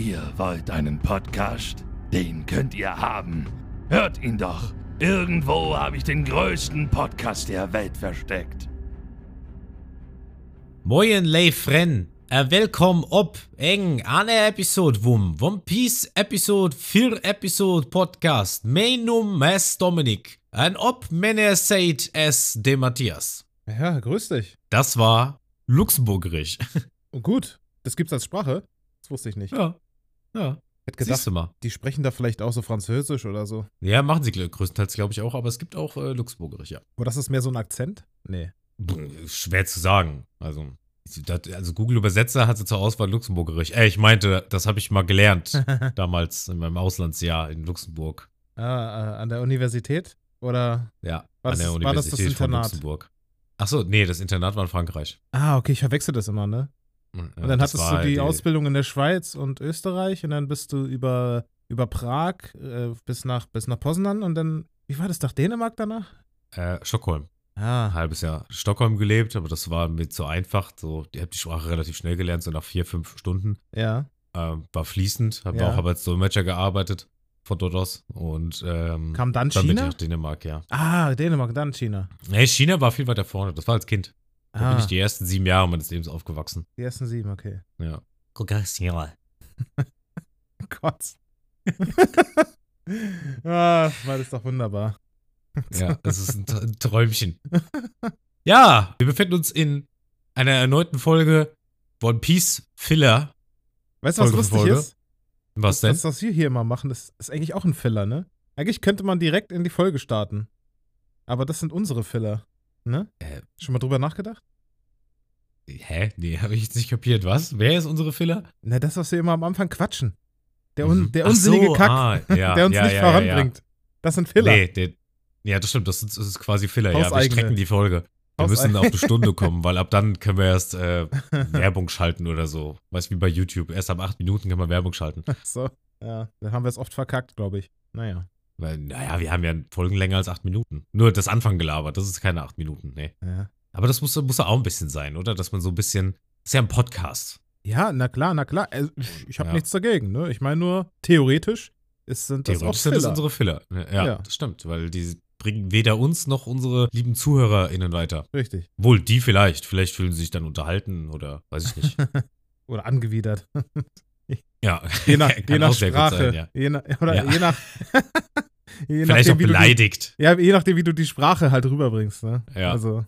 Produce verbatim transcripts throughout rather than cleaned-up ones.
Ihr wollt einen Podcast? Den könnt ihr haben. Hört ihn doch. Irgendwo habe ich den größten Podcast der Welt versteckt. Moin Leifren, äh, willkommen op eng eine Episode vom One Piece Episode vier Episode Podcast. Mein Name ist Dominik. Und ob Männer seid es de Matthias. Ja, grüß dich. Das war Luxemburgerisch. Und gut, das gibt's als Sprache? Das wusste ich nicht. Ja, ja. Ich hätte gedacht, Siehst du mal. die sprechen da vielleicht auch so Französisch oder so. Ja, machen sie größtenteils, glaube ich, auch, aber es gibt auch äh, Luxemburgerisch, ja. Aber das ist mehr so ein Akzent? Nee. Schwer zu sagen. Also, also Google-Übersetzer hatte zur Auswahl Luxemburgerisch. Ey, ich meinte, das habe ich mal gelernt, damals in meinem Auslandsjahr in Luxemburg. Ah, äh, an der Universität? Oder? Ja, war an der das, Universität war das das von Internat? Luxemburg. Achso, nee, das Internat war in Frankreich. Ah, okay, ich verwechsel das immer, ne? Und dann das hattest du war die, die Ausbildung in der Schweiz und Österreich und dann bist du über, über Prag äh, bis, nach, bis nach Poznan und dann, wie war das, nach Dänemark danach? Äh, Stockholm. Ah. Ein halbes Jahr in Stockholm gelebt, aber das war mir zu einfach. So, ich habe die Sprache relativ schnell gelernt, so nach vier, fünf Stunden. Ja. Äh, war fließend, habe Ja. auch aber als Dolmetscher gearbeitet von dort aus. Und ähm, Kam dann dann bin ich China? nach Dänemark, ja. Ah, Dänemark, dann China. Nee, China war viel weiter vorne. Das war als Kind. Da Ah, bin ich die ersten sieben Jahre meines Lebens aufgewachsen. die ersten sieben, okay. Ja. Gott. Ah, war das doch wunderbar. Ja, das ist ein, ein Träumchen. Ja, wir befinden uns in einer erneuten Folge One Piece Filler. Weißt du, was Folge für lustig Folge. ist? Was das, denn? Das, was wir hier immer machen, das ist eigentlich auch ein Filler, ne? Eigentlich könnte man direkt in die Folge starten. Aber das sind unsere Filler, ne? Äh. Schon mal drüber nachgedacht? Hä? Nee, habe ich jetzt nicht kapiert. Was? Wer ist unsere Filler? Na, das, was wir immer am Anfang quatschen. Der, un, Mhm. der Ach unsinnige so, Kack, ah, ja, der uns ja, nicht ja, voranbringt. Ja, Das sind Filler. ja. Nee, der, ja, das stimmt. Das ist, das ist quasi Filler. Ja, wir Hauseigene. strecken die Folge. Wir müssen Hauseigene. auf eine Stunde kommen, weil ab dann können wir erst äh, Werbung schalten oder so. Weißt du, wie bei YouTube. Erst ab acht Minuten können wir Werbung schalten. So, ja, da haben wir es oft verkackt, glaube ich. Naja. Weil, naja, wir haben ja Folgen länger als acht Minuten. Nur das Anfang gelabert, das ist keine acht Minuten, nee. Ja. Aber das muss, muss ja auch ein bisschen sein, oder? Dass man so ein bisschen, das ist ja ein Podcast. Ja, na klar, na klar. Also, ich ich habe Ja. nichts dagegen, ne? Ich meine nur, theoretisch ist, sind das auch Theoretisch sind das Filler. unsere Filler. Ja, Ja. das stimmt, weil die bringen weder uns noch unsere lieben ZuhörerInnen weiter. Richtig. Wohl, die vielleicht. Vielleicht fühlen sie sich dann unterhalten oder weiß ich nicht. Oder angewidert. Ja, Je nach, kann je nach auch sehr gut Sprache. sein, ja. je nach, oder Ja. je nach. je Vielleicht nachdem, auch wie du beleidigt. Die, ja, je nachdem, wie du die Sprache halt rüberbringst, ne? Ja. Also.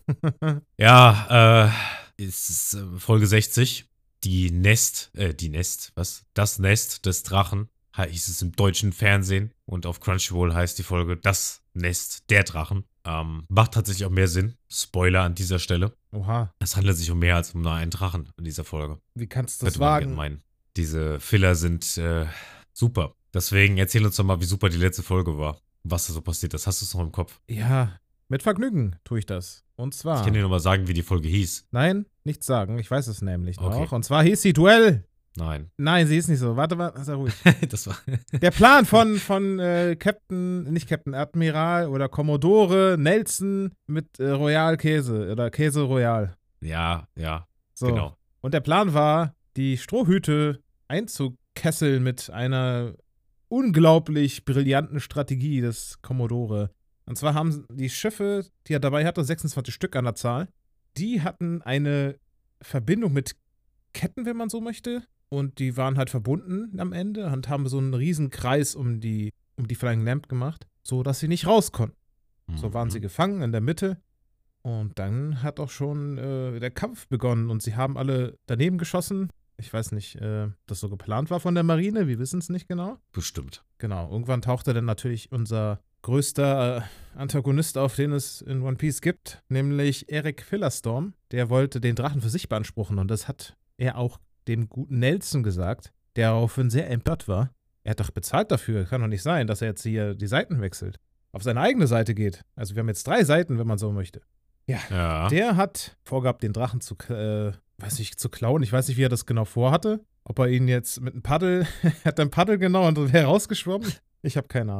Ja, äh, es ist äh, Folge sechzig. Die Nest, äh, die Nest, was? Das Nest des Drachen, he- hieß es im deutschen Fernsehen. Und auf Crunchyroll heißt die Folge Das Nest der Drachen. Ähm, macht tatsächlich auch mehr Sinn. Spoiler an dieser Stelle. Oha, Es handelt sich um mehr als um nur einen Drachen in dieser Folge. wie kannst du das Könnte man gerne wagen? meinen. Diese Filler sind äh, super. Deswegen erzähl uns doch mal, wie super die letzte Folge war. Was da so passiert ist. Hast du es noch im Kopf? Ja, mit Vergnügen tue ich das. Und zwar. Ich kann dir nur mal sagen, wie die Folge hieß. Nein, nichts sagen. Ich weiß es nämlich Okay. noch. Und zwar hieß sie Duell. Nein. Nein, sie ist nicht so. Warte, warte, sei ruhig. Das war. Der Plan von, von äh, Captain, nicht Captain, Admiral oder Commodore Nelson mit äh, Royal Käse oder Käse Royal. Ja, ja, So. genau. Und der Plan war, die Strohhüte einzukesseln mit einer unglaublich brillanten Strategie des Commodore. Und zwar haben die Schiffe, die er dabei hatte, sechsundzwanzig Stück an der Zahl, die hatten eine Verbindung mit Ketten, wenn man so möchte. Und die waren halt verbunden am Ende und haben so einen riesen Kreis um die, um die Flying Lamp gemacht, so dass sie nicht raus konnten. So waren sie gefangen in der Mitte. Und dann hat auch schon äh, der Kampf begonnen und sie haben alle daneben geschossen. Ich weiß nicht, äh, ob das so geplant war von der Marine, wir wissen es nicht genau. Bestimmt. Genau, irgendwann tauchte dann natürlich unser größter äh, Antagonist auf, den es in One Piece gibt, nämlich Eric Fillerstorm. Der wollte den Drachen für sich beanspruchen und das hat er auch dem guten Nelson gesagt, der daraufhin sehr empört war. Er hat doch bezahlt dafür, kann doch nicht sein, dass er jetzt hier die Seiten wechselt. Auf seine eigene Seite geht. Also wir haben jetzt drei Seiten, wenn man so möchte. Ja, Ja. der hat vorgehabt, den Drachen zu, äh, weiß nicht, zu klauen. Ich weiß nicht, wie er das genau vorhatte. Ob er ihn jetzt mit einem Paddel, er hat ein Paddel genau und wäre rausgeschwommen. Ich habe keine Ahnung.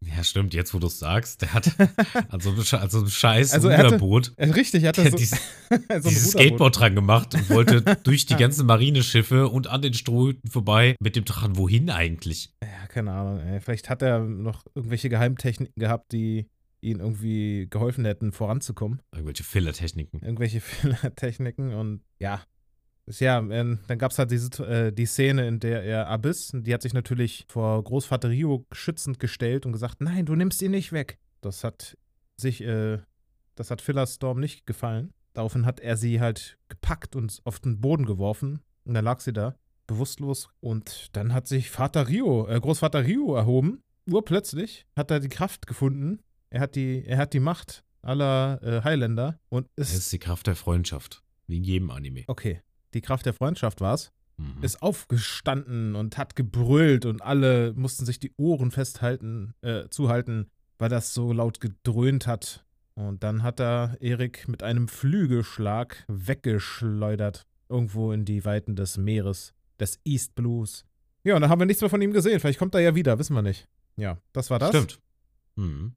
Ja, stimmt, jetzt wo du es sagst, der hat an so einem, Sche- an so einem scheiß Also er hatte- Ruderboot Äh, Richtig, er hat der so, dieses, so ein dieses Ruderboot. Skateboard dran gemacht und wollte durch die ganzen Marineschiffe und an den Strohhüten vorbei mit dem Drachen. Wohin eigentlich? Ja, keine Ahnung. Ey. Vielleicht hat er noch irgendwelche Geheimtechniken gehabt, die ihn irgendwie geholfen hätten, voranzukommen. Irgendwelche Filler-Techniken. Irgendwelche Techniken und ja. Ist ja, ähm, dann gab es halt diese, äh, die Szene, in der er Abyss, die hat sich natürlich vor Großvater Rio schützend gestellt und gesagt, nein, du nimmst ihn nicht weg. Das hat sich, äh, das hat Filastorm nicht gefallen. Daraufhin hat er sie halt gepackt und auf den Boden geworfen. Und dann lag sie da, bewusstlos. Und dann hat sich Vater Rio, äh, Großvater Rio erhoben. Urplötzlich hat er die Kraft gefunden. Er hat die, er hat die Macht aller äh, Highlander und Das ist, ist die Kraft der Freundschaft. Wie in jedem Anime. okay, die Kraft der Freundschaft war's. Mhm. Ist aufgestanden und hat gebrüllt und alle mussten sich die Ohren festhalten, äh, zuhalten, weil das so laut gedröhnt hat. Und dann hat er Erik mit einem Flügelschlag weggeschleudert. Irgendwo in die Weiten des Meeres, des East Blues. Ja, und dann haben wir nichts mehr von ihm gesehen. Vielleicht kommt er ja wieder, wissen wir nicht. Ja, das war das. Stimmt. Mhm.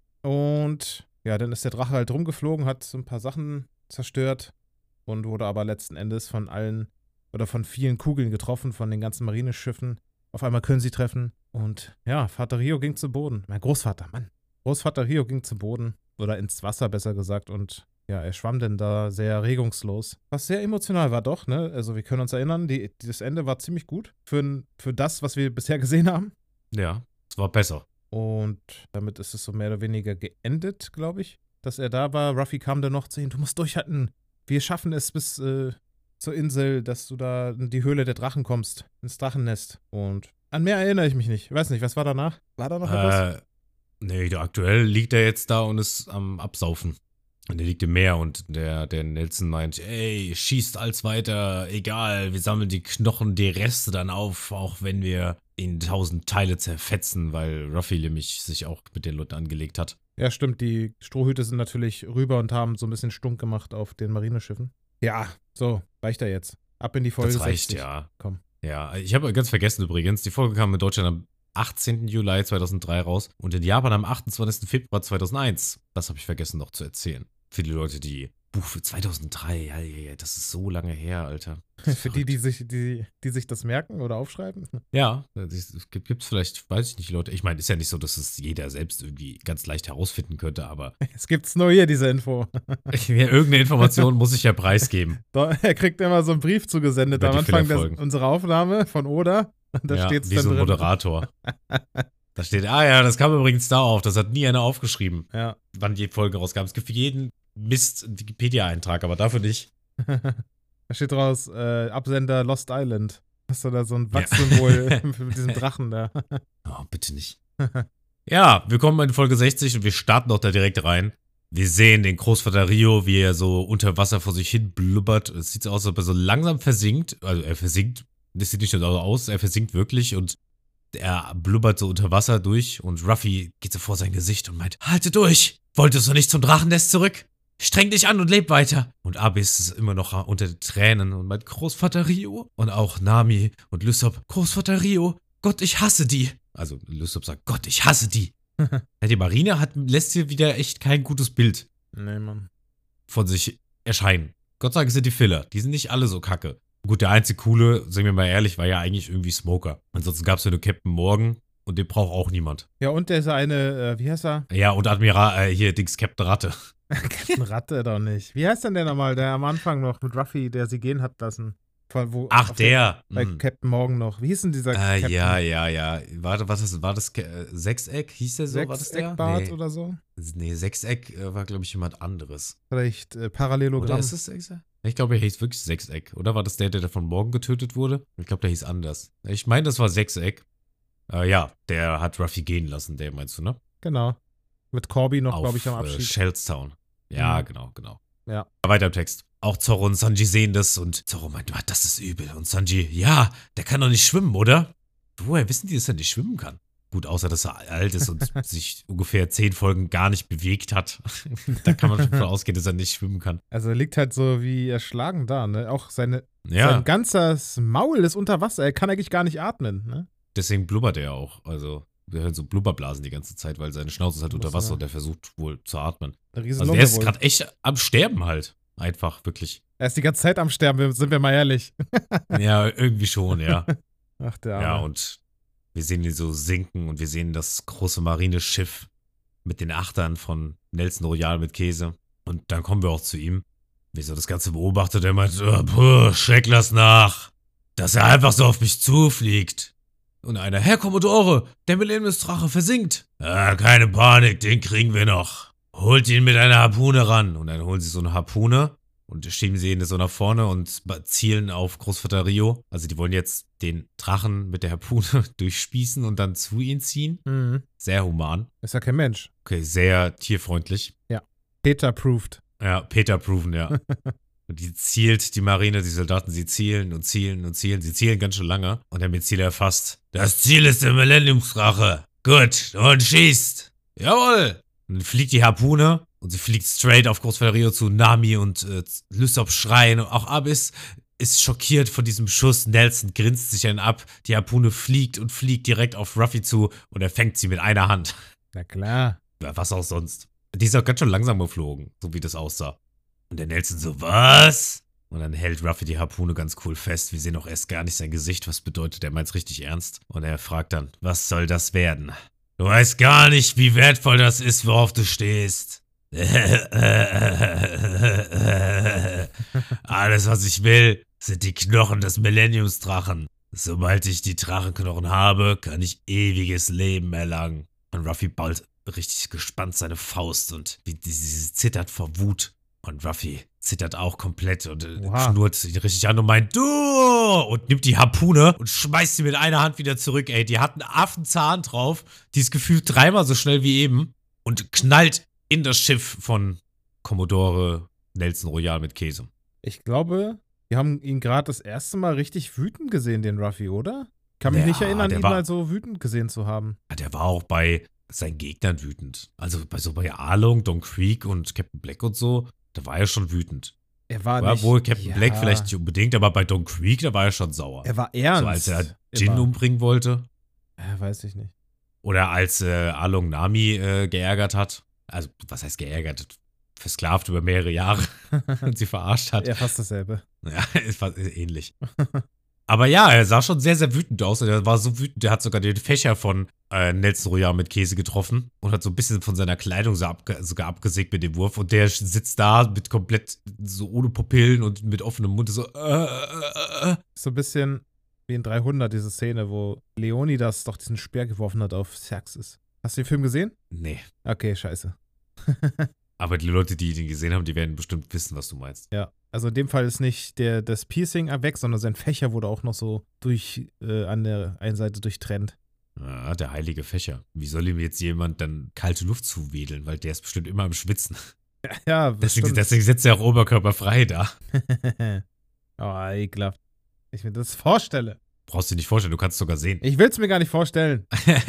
Und ja, dann ist der Drache halt rumgeflogen, hat so ein paar Sachen zerstört und wurde aber letzten Endes von allen oder von vielen Kugeln getroffen, von den ganzen Marineschiffen. Auf einmal können sie treffen. Und ja, Vater Rio ging zu Boden. Mein Großvater, Mann. Großvater Rio ging zu Boden. Oder ins Wasser, besser gesagt. Und ja, er schwamm denn da sehr regungslos. Was sehr emotional war doch, ne? Also wir können uns erinnern, die, das Ende war ziemlich gut für, für das, was wir bisher gesehen haben. Ja, es war besser. Und damit ist es so mehr oder weniger geendet, glaube ich, dass er da war. Ruffy kam dann noch zu ihm, du musst durchhalten. Wir schaffen es bis äh, zur Insel, dass du da in die Höhle der Drachen kommst, ins Drachennest. Und an mehr erinnere ich mich nicht. Ich weiß nicht, was war danach? War da noch etwas? Äh, nee, der aktuell liegt er jetzt da und ist am Absaufen. Und der liegt im Meer und der, der Nelson meint, ey, schießt als weiter, egal, wir sammeln die Knochen, die Reste dann auf, auch wenn wir in tausend Teile zerfetzen, weil Ruffy nämlich sich auch mit den Leuten angelegt hat. Ja, stimmt, die Strohhüte sind natürlich rüber und haben so ein bisschen stunk gemacht auf den Marineschiffen. Ja, so, reicht er jetzt. Ab in die Folge Das reicht, sechzig. ja. Komm. Ja, ich habe ganz vergessen übrigens, die Folge kam in Deutschland am achtzehnten Juli zweitausenddrei raus und in Japan am achtundzwanzigsten Februar zweitausendeins. Das habe ich vergessen noch zu erzählen. Für die Leute, die Buch für zweitausenddrei, ja, ja, ja, das ist so lange her, Alter. Für die, die sich, die, die sich das merken oder aufschreiben. Ja, es gibt es vielleicht, weiß ich nicht, Leute. Ich meine, ist ja nicht so, dass es jeder selbst irgendwie ganz leicht herausfinden könnte, aber Es gibt's nur hier, diese Info. ja, irgendeine Information muss ich ja preisgeben. Da, er kriegt immer so einen Brief zugesendet Über am die Anfang der, Fillerfolgen. unserer Aufnahme von Oda. Und da ja, steht's wie dann so ein drin. Moderator. Da steht, ah ja, das kam übrigens da auf, das hat nie einer aufgeschrieben, Ja. wann die Folge rauskam. Es gibt für jeden Mist einen Wikipedia-Eintrag, aber dafür nicht. Da steht draus, äh, Absender Lost Island. Hast du da so ein Wachsymbol mit diesem Drachen da. Oh, bitte nicht. Ja, wir kommen in Folge sechzig und wir starten auch da direkt rein. Wir sehen den Großvater Rio, wie er so unter Wasser vor sich hin blubbert. Es sieht so aus, als ob er so langsam versinkt. Also er versinkt, das sieht nicht nur so aus, er versinkt wirklich und er blubbert so unter Wasser durch und Ruffy geht so vor sein Gesicht und meint, halte durch! Wolltest du nicht zum Drachennest zurück? Streng dich an und leb weiter. Und Abyss ist immer noch unter den Tränen und meint, Großvater Rio. Und auch Nami und Lysop, Großvater Rio, Gott, ich hasse die. Also Lysop sagt, Gott, ich hasse die. Ja, die Marine hat, lässt hier wieder echt kein gutes Bild Nee, Mann. von sich erscheinen. Gott sei Dank sind die Filler. Die sind nicht alle so kacke. Gut, der einzige coole, sagen wir mal ehrlich, war ja eigentlich irgendwie Smoker. Ansonsten gab es ja nur Captain Morgan und den braucht auch niemand. Ja, und der ist eine, äh, wie heißt er? Ja, und Admiral, äh, hier, Dings, Captain Ratte. Captain Ratte doch nicht. Wie heißt denn der nochmal, der am Anfang noch mit Ruffy, der sie gehen hat lassen? Von wo, Ach, auf der. Bei Hm. Captain Morgan noch. Wie hieß denn dieser Äh, Captain? ja, ja, ja. Warte, was ist, war das äh, Sechseck? Hieß der so? War das der? Sechseckbart Nee. oder so? Nee, Sechseck äh, war, glaube ich, jemand anderes. Vielleicht äh, Oder Parallelogramm. ist es Sechseck? Ich glaube, er hieß wirklich Sechseck. Oder war das der, der da von Morgen getötet wurde? Ich glaube, der hieß anders. Ich meine, das war Sechseck. Äh, ja, der hat Ruffy gehen lassen, der meinst du, ne? Genau. Mit Corby noch, glaube ich, am Äh, Abschied. Shellstown. Ja, Mhm. genau, genau. Ja. Weiter im Text. Auch Zorro und Sanji sehen das und Zorro meint, "Ah, das ist übel. Und Sanji, ja, der kann doch nicht schwimmen, oder? Woher wissen die, dass er nicht schwimmen kann? Gut, außer dass er alt ist und sich ungefähr zehn Folgen gar nicht bewegt hat. Da kann man schon davon ausgehen, dass er nicht schwimmen kann. Also er liegt halt so wie erschlagen da, ne? Auch seine, Ja, sein ganzes Maul ist unter Wasser. Er kann eigentlich gar nicht atmen, ne? deswegen blubbert er auch. Also, wir hören so Blubberblasen die ganze Zeit, weil seine Schnauze ist halt unter Wasser ja. und er versucht wohl zu atmen. Eine riesen Also Lunge der ist wohl. gerade echt am Sterben halt. Einfach, wirklich. Er ist die ganze Zeit am Sterben, sind wir mal ehrlich. Ja, irgendwie schon, ja. Ach, der Arme. Ja, und wir sehen ihn so sinken und wir sehen das große Marineschiff mit den Achtern von Nelson Royal mit Käse. Und dann kommen wir auch zu ihm. Wie so das Ganze beobachtet, er meint, oh, puh, schreck lass nach, dass er einfach so auf mich zufliegt. Und einer, Herr Commodore, der Millenniumsdrache versinkt. Ah, keine Panik, den kriegen wir noch. Holt ihn mit einer Harpune ran. Und dann holen sie so eine Harpune und schieben sie ihn so nach vorne und zielen auf Großvater Rio. Also die wollen jetzt den Drachen mit der Harpune durchspießen und dann zu ihm ziehen. Mhm. Sehr human. Ist ja kein Mensch. Okay, sehr tierfreundlich. Peter-proofed. Ja, Peter proven, ja. Und die zielt, die Marine, die Soldaten, sie zielen und zielen und zielen. Sie zielen ganz schön lange. Und der mit Ziel erfasst. Das Ziel ist der Millenniumsdrache. Gut, und schießt. Jawohl. Und dann fliegt die Harpune und sie fliegt straight auf Großvater Rio zu. Nami und äh, Lysop schreien. Und auch Abyss ist schockiert von diesem Schuss. Nelson grinst sich einen ab. Die Harpune fliegt und fliegt direkt auf Ruffy zu. Und er fängt sie mit einer Hand. Na klar. Ja, was auch sonst. Die ist auch ganz schön langsam geflogen, so wie das aussah. Und der Nelson so, was? Und dann hält Ruffy die Harpune ganz cool fest. Wir sehen auch erst gar nicht sein Gesicht, was bedeutet, er meint's richtig ernst. Und er fragt dann, was soll das werden? Du weißt gar nicht, wie wertvoll das ist, worauf du stehst. Alles, was ich will, sind die Knochen des Millenniumsdrachen. Sobald ich die Drachenknochen habe, kann ich ewiges Leben erlangen. Und Ruffy ballt richtig gespannt seine Faust und wie sie zittert vor Wut. Und Ruffy zittert auch komplett und äh, Oha. schnurrt sich richtig an und meint, du! Und nimmt die Harpune und schmeißt sie mit einer Hand wieder zurück, ey. Die hat einen Affenzahn drauf, die ist gefühlt dreimal so schnell wie eben und knallt in das Schiff von Commodore Nelson Royal mit Käse. Ich glaube, wir haben ihn gerade das erste Mal richtig wütend gesehen, den Ruffy, oder? Ich kann mich Ja, nicht erinnern, der ihn war- mal so wütend gesehen zu haben. Ja, der war auch bei seinen Gegnern wütend. Also bei so bei Arlong, Don Creek und Captain Black und so, da war er schon wütend. Er war War nicht, wohl Captain ja, Black vielleicht nicht unbedingt, aber bei Don Creek, da war er schon sauer. Er war ernst. So als er Jin Immer. umbringen wollte. Ja, weiß ich nicht. Oder als äh, Arlong Nami äh, geärgert hat. Also, was heißt geärgert? Versklavt über mehrere Jahre und sie verarscht hat. Ja, fast dasselbe. Ja, ist fast ähnlich. Aber ja, er sah schon sehr, sehr wütend aus. Und er war so wütend, der hat sogar den Fächer von äh, Nelson Royal mit Käse getroffen und hat so ein bisschen von seiner Kleidung so abge sogar abgesägt mit dem Wurf. Und der sitzt da mit komplett so ohne Pupillen und mit offenem Mund so. Äh, äh, äh. So ein bisschen wie in dreihundert, diese Szene, wo Leonidas doch diesen Speer geworfen hat auf Xerxes. Hast du den Film gesehen? Nee. Okay, scheiße. Aber die Leute, die den gesehen haben, die werden bestimmt wissen, was du meinst. Ja, also in dem Fall ist nicht der, das Piercing weg, sondern sein Fächer wurde auch noch so durch, äh, an der einen Seite durchtrennt. Ja, der heilige Fächer. Wie soll ihm jetzt jemand dann kalte Luft zuwedeln? Weil der ist bestimmt immer am Schwitzen. Ja, Deswegen, bestimmt. deswegen sitzt er auch oberkörperfrei da. Oh, ekelhaft. Ich mir das vorstelle. Brauchst du dir nicht vorstellen, du kannst es sogar sehen. Ich will es mir gar nicht vorstellen.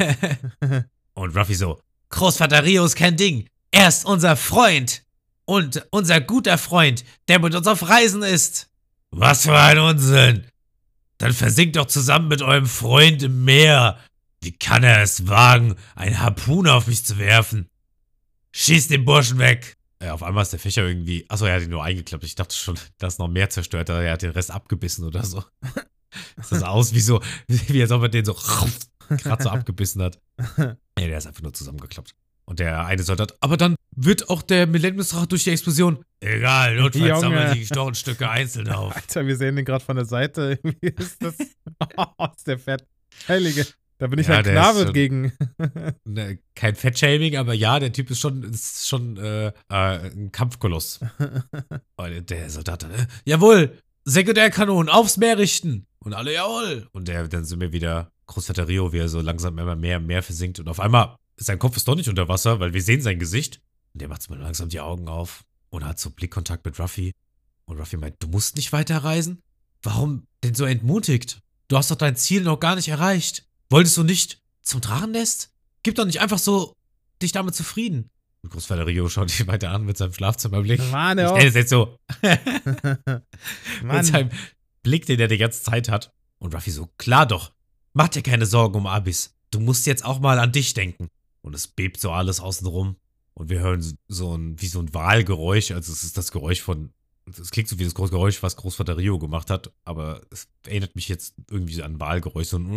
Und Ruffy so, Großvater Rio ist kein Ding. Er ist unser Freund. Und unser guter Freund, der mit uns auf Reisen ist. Was für ein Unsinn. Dann versinkt doch zusammen mit eurem Freund im Meer. Wie kann er es wagen, eine Harpune auf mich zu werfen? Schieß den Burschen weg. Ja, auf einmal ist der Fächer irgendwie, achso, er hat ihn nur eingeklappt. Ich dachte schon, da ist noch mehr zerstört. Er hat den Rest abgebissen oder so. Das sah aus wie so, wie als ob er den so gerade so abgebissen hat. Nee, der ist einfach nur zusammengeklappt. Und der eine Soldat, aber dann wird auch der Millenniumsdrache durch die Explosion. Egal, notfalls Junge. sammeln die Knochenstücke einzeln auf. Alter, wir sehen den gerade von der Seite. Wie ist das? Oh, ist der fett. Heilige. Da bin ich Ja, ein der ist Knabe schon- gegen. Ne, kein Fettshaming, aber ja, der Typ ist schon, ist schon äh, äh, ein Kampfkoloss. Und der Soldat dann, äh, jawohl, Sekundärkanonen aufs Meer richten. Und alle, jawohl. Und der, dann sind wir wieder Großvater Rio, wie er so langsam immer mehr und mehr versinkt. Und auf einmal, sein Kopf ist doch nicht unter Wasser, weil wir sehen sein Gesicht. Und der macht mal langsam die Augen auf und hat so Blickkontakt mit Ruffy. Und Ruffy meint, du musst nicht weiterreisen? Warum denn so entmutigt? Du hast doch dein Ziel noch gar nicht erreicht. Wolltest du nicht zum Drachennest? Gib doch nicht einfach so dich damit zufrieden. Und Großvater Rio schaut ihn weiter an mit seinem Schlafzimmerblick. Mann, Ich hör auf. stelle es jetzt so. Mann. Mit seinem Blick, den er die ganze Zeit hat. Und Ruffy so, klar doch. Mach dir keine Sorgen um Abyss. du musst jetzt auch mal an dich denken. Und es bebt so alles außenrum. Und wir hören so ein, wie so ein Wahlgeräusch. Also es ist das Geräusch von, es klingt so wie das Geräusch, was Großvater Rio gemacht hat. Aber es erinnert mich jetzt irgendwie an ein Wahlgeräusch. So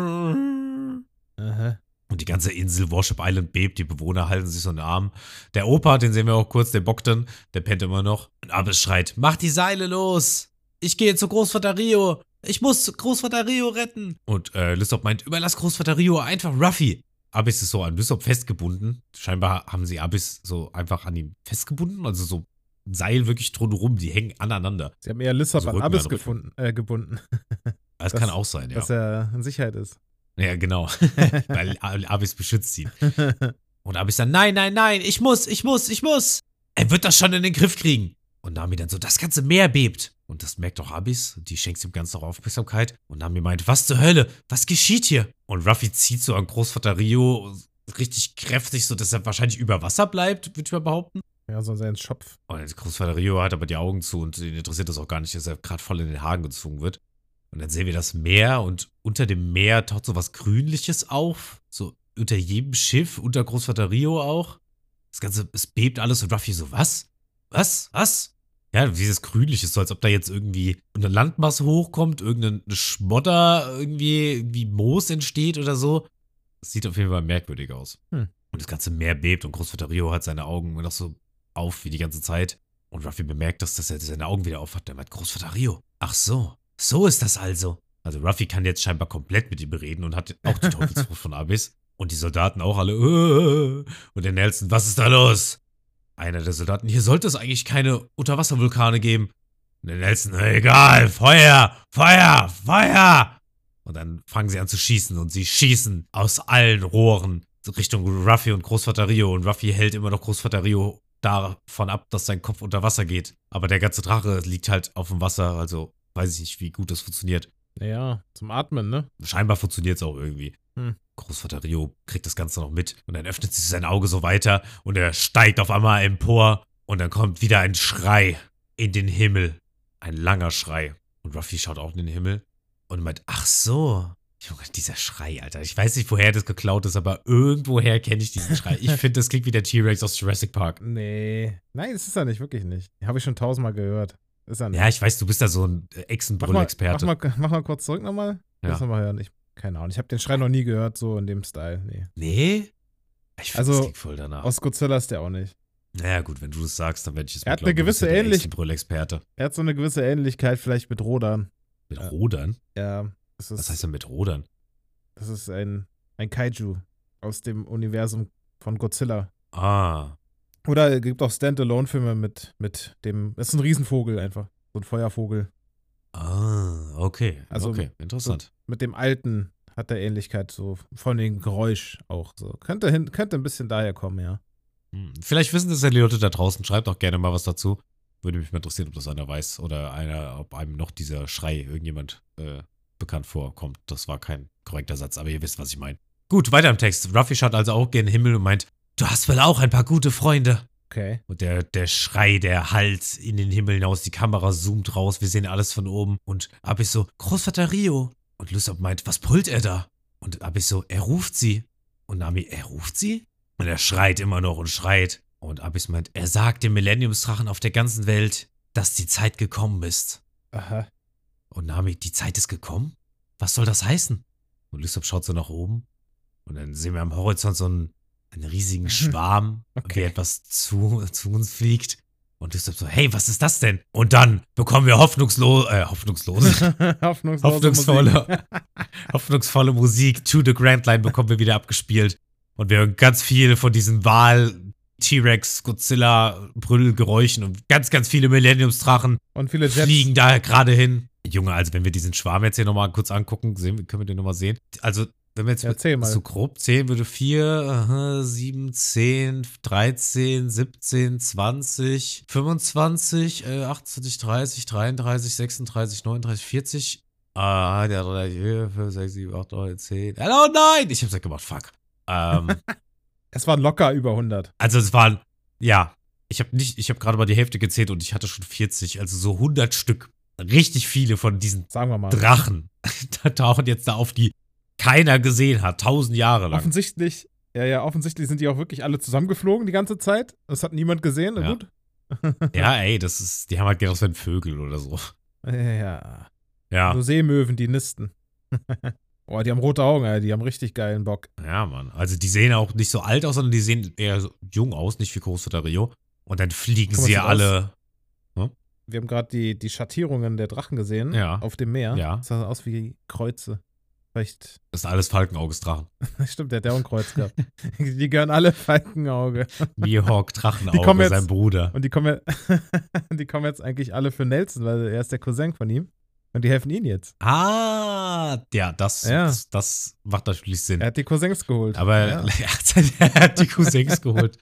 ein Aha. Und die ganze Insel Worship Island bebt, die Bewohner halten sich so in den Arm. Der Opa, den sehen wir auch kurz, der Bogdan, der pennt immer noch. Und Abyss schreit, mach die Seile los! Ich gehe zu Großvater Rio! Ich muss Großvater Rio retten! Und äh, Lysop meint, überlass Großvater Rio einfach Ruffy. Abyss ist so an Lysop festgebunden. Scheinbar haben sie Abyss so einfach an ihm festgebunden, also so ein Seil wirklich drumherum, die hängen aneinander. Sie haben eher Lissab Also an Rücken Abyss an Rücken. gefunden, äh, gebunden. Das, Das- kann auch sein, ja. Dass er in Sicherheit ist. Ja, genau. Weil Abyss beschützt ihn. Und Abyss dann, nein, nein, nein, ich muss, ich muss, ich muss. Er wird das schon in den Griff kriegen. Und Nami dann so, das ganze Meer bebt. Und das merkt auch Abyss. Die schenkt ihm ganz noch Aufmerksamkeit. Und Nami meint, was zur Hölle? Was geschieht hier? Und Ruffy zieht so an Großvater Rio richtig kräftig, so dass er wahrscheinlich über Wasser bleibt, würde ich mal behaupten. Ja, so sein Schopf. Und Großvater Rio hat aber die Augen zu und ihn interessiert das auch gar nicht, dass er gerade voll in den Haaren gezogen wird. Und dann sehen wir das Meer und unter dem Meer taucht so was Grünliches auf. So unter jedem Schiff, unter Großvater Rio auch. Das Ganze, es bebt alles und Ruffy so, was? Was? Was? Ja, dieses Grünliche, so als ob da jetzt irgendwie eine Landmasse hochkommt, irgendein Schmodder, irgendwie, irgendwie Moos entsteht oder so. Das sieht auf jeden Fall merkwürdig aus. Hm. Und das ganze Meer bebt und Großvater Rio hat seine Augen noch so auf wie die ganze Zeit. Und Ruffy bemerkt das, dass er seine Augen wieder aufhat. Der meint, Großvater Rio. Ach so, so ist das also. Also Ruffy kann jetzt scheinbar komplett mit ihm reden und hat auch die Teufelsfrucht von Abyss. Und die Soldaten auch alle. Äh, und der Nelson, was ist da los? Einer der Soldaten, hier sollte es eigentlich keine Unterwasservulkane geben. Und der Nelson, egal, Feuer, Feuer, Feuer. Und dann fangen sie an zu schießen und sie schießen aus allen Rohren Richtung Ruffy und Großvater Rio. Und Ruffy hält immer noch Großvater Rio davon ab, dass sein Kopf unter Wasser geht. Aber der ganze Drache liegt halt auf dem Wasser, also weiß ich nicht, wie gut das funktioniert. Naja, zum Atmen, ne? Scheinbar funktioniert es auch irgendwie. Hm. Großvater Rio kriegt das Ganze noch mit und dann öffnet sich sein Auge so weiter und er steigt auf einmal empor und dann kommt wieder ein Schrei in den Himmel. Ein langer Schrei. Und Ruffy schaut auch in den Himmel und meint, ach so. Junge, dieser Schrei, Alter. Ich weiß nicht, woher das geklaut ist, aber irgendwoher kenne ich diesen Schrei. Ich finde, das klingt wie der T-Rex aus Jurassic Park. Nee. Nein, das ist er nicht, wirklich nicht. Habe ich schon tausendmal gehört. Ist er nicht. Ja, ich weiß, du bist da so ein mach, mal, Echsenbrüll-Experte. mach, mal, mach mal kurz zurück nochmal. Ja. Lass mal hören. Ich, keine Ahnung. Ich habe den Schrei noch nie gehört, so in dem Style. Nee. Nee? Ich finde, Also, das klingt voll danach. Aus Godzilla ist der auch nicht. Naja, gut, wenn du das sagst, dann werde ich es Er hat eine gewisse Ähnlich- Brüll-Experte. Er hat so eine gewisse Ähnlichkeit vielleicht mit Rodan. Mit Ja. Rodern? Ja, das ist, Was heißt denn mit Rodern? das ist ein, ein Kaiju aus dem Universum von Godzilla. Ah. Oder es gibt auch Standalone-Filme mit, mit dem, das ist ein Riesenvogel einfach. So ein Feuervogel. Ah, okay. Also, okay, interessant. Mit dem alten hat er Ähnlichkeit, so von dem Geräusch auch. So. Könnte, hin, könnte ein bisschen daher kommen, ja. Hm. Vielleicht wissen das ja die Leute da draußen. Schreibt auch gerne mal was dazu. Würde mich mal interessieren, ob das einer weiß oder einer, ob einem noch dieser Schrei irgendjemand äh, bekannt vorkommt. Das war kein korrekter Satz, aber ihr wisst, was ich meine. Gut, weiter im Text. Ruffy schaut also auch gerne in den Himmel und meint, du hast wohl auch ein paar gute Freunde. Okay. Und der, der Schrei, der hallt in den Himmel hinaus, die Kamera zoomt raus, wir sehen alles von oben. Und Abyss so, Großvater Rio. Und Lysop meint, was brüllt er da? Und Abyss so, er ruft sie. Und Nami, er ruft sie? Und er schreit immer noch und schreit. Und Abyss meint, er sagt dem Millenniumsdrachen auf der ganzen Welt, dass die Zeit gekommen ist. Aha. Und Nami, die Zeit ist gekommen? Was soll das heißen? Und Lysop schaut so nach oben. Und dann sehen wir am Horizont so einen, einen riesigen Schwarm, Okay. wie etwas zu, zu uns fliegt. Und Lysop so, hey, was ist das denn? Und dann bekommen wir hoffnungslos, äh, hoffnungslose, Hoffnungslose hoffnungsvolle, Musik. hoffnungsvolle Musik. To the Grand Line bekommen wir wieder abgespielt. Und wir hören ganz viel von diesen Wal, T-Rex, Godzilla, Brüllgeräuschen und ganz, ganz viele Millenniumsdrachen Und viele Jets. fliegen da gerade hin. Junge, also wenn wir diesen Schwarm jetzt hier nochmal kurz angucken, sehen, können wir den nochmal sehen. Also, wenn wir jetzt Ja, zähl mal. so grob zählen würde, vier, sieben, zehn, dreizehn, siebzehn, zwanzig, fünfundzwanzig, äh, achtundzwanzig, dreißig, dreiunddreißig, sechsunddreißig, neununddreißig, vierzig. Ah, der drei, vier, fünf, sechs, sieben, acht, neun, zehn. Oh nein! Ich hab's ja gemacht, fuck. Ähm, Es waren locker über hundert. also es waren, ja, ich habe nicht, ich habe gerade mal die Hälfte gezählt und ich hatte schon vierzig, also so hundert Stück. Richtig viele von diesen Sagen wir mal. Drachen da tauchen jetzt da auf, die keiner gesehen hat, tausend Jahre lang. Offensichtlich, ja, ja, offensichtlich sind die auch wirklich alle zusammengeflogen die ganze Zeit. Das hat niemand gesehen, na Ja. gut. Ja, ey, das ist, die haben halt gedacht, das wären Vögel oder so. Ja, Ja, so Seemöwen, die nisten. Oh, die haben rote Augen, ey, die haben richtig geilen Bock. ja, Mann. Also die sehen auch nicht so alt aus, sondern die sehen eher so jung aus, nicht wie Großvater Rio. Und dann fliegen Guck mal, sie sieht alle. Wir haben gerade die, die Schattierungen der Drachen gesehen Ja. auf dem Meer. Ja. Das sah aus wie Kreuze. Vielleicht, Das sind alles Falkenaugesdrachen. stimmt, der hat ja auch ein Kreuz gehabt. Die gehören alle Falkenauge. Mihawk, Die Drachenauge, kommen jetzt- sein Bruder. Und die kommen, jetzt, die kommen jetzt eigentlich alle für Nelson, weil er ist der Cousin von ihm. Und die helfen ihm jetzt. Ah, ja, das, Ja. das, das macht natürlich Sinn. Er hat die Cousins geholt. Aber ja. er, hat, er hat die Cousins geholt.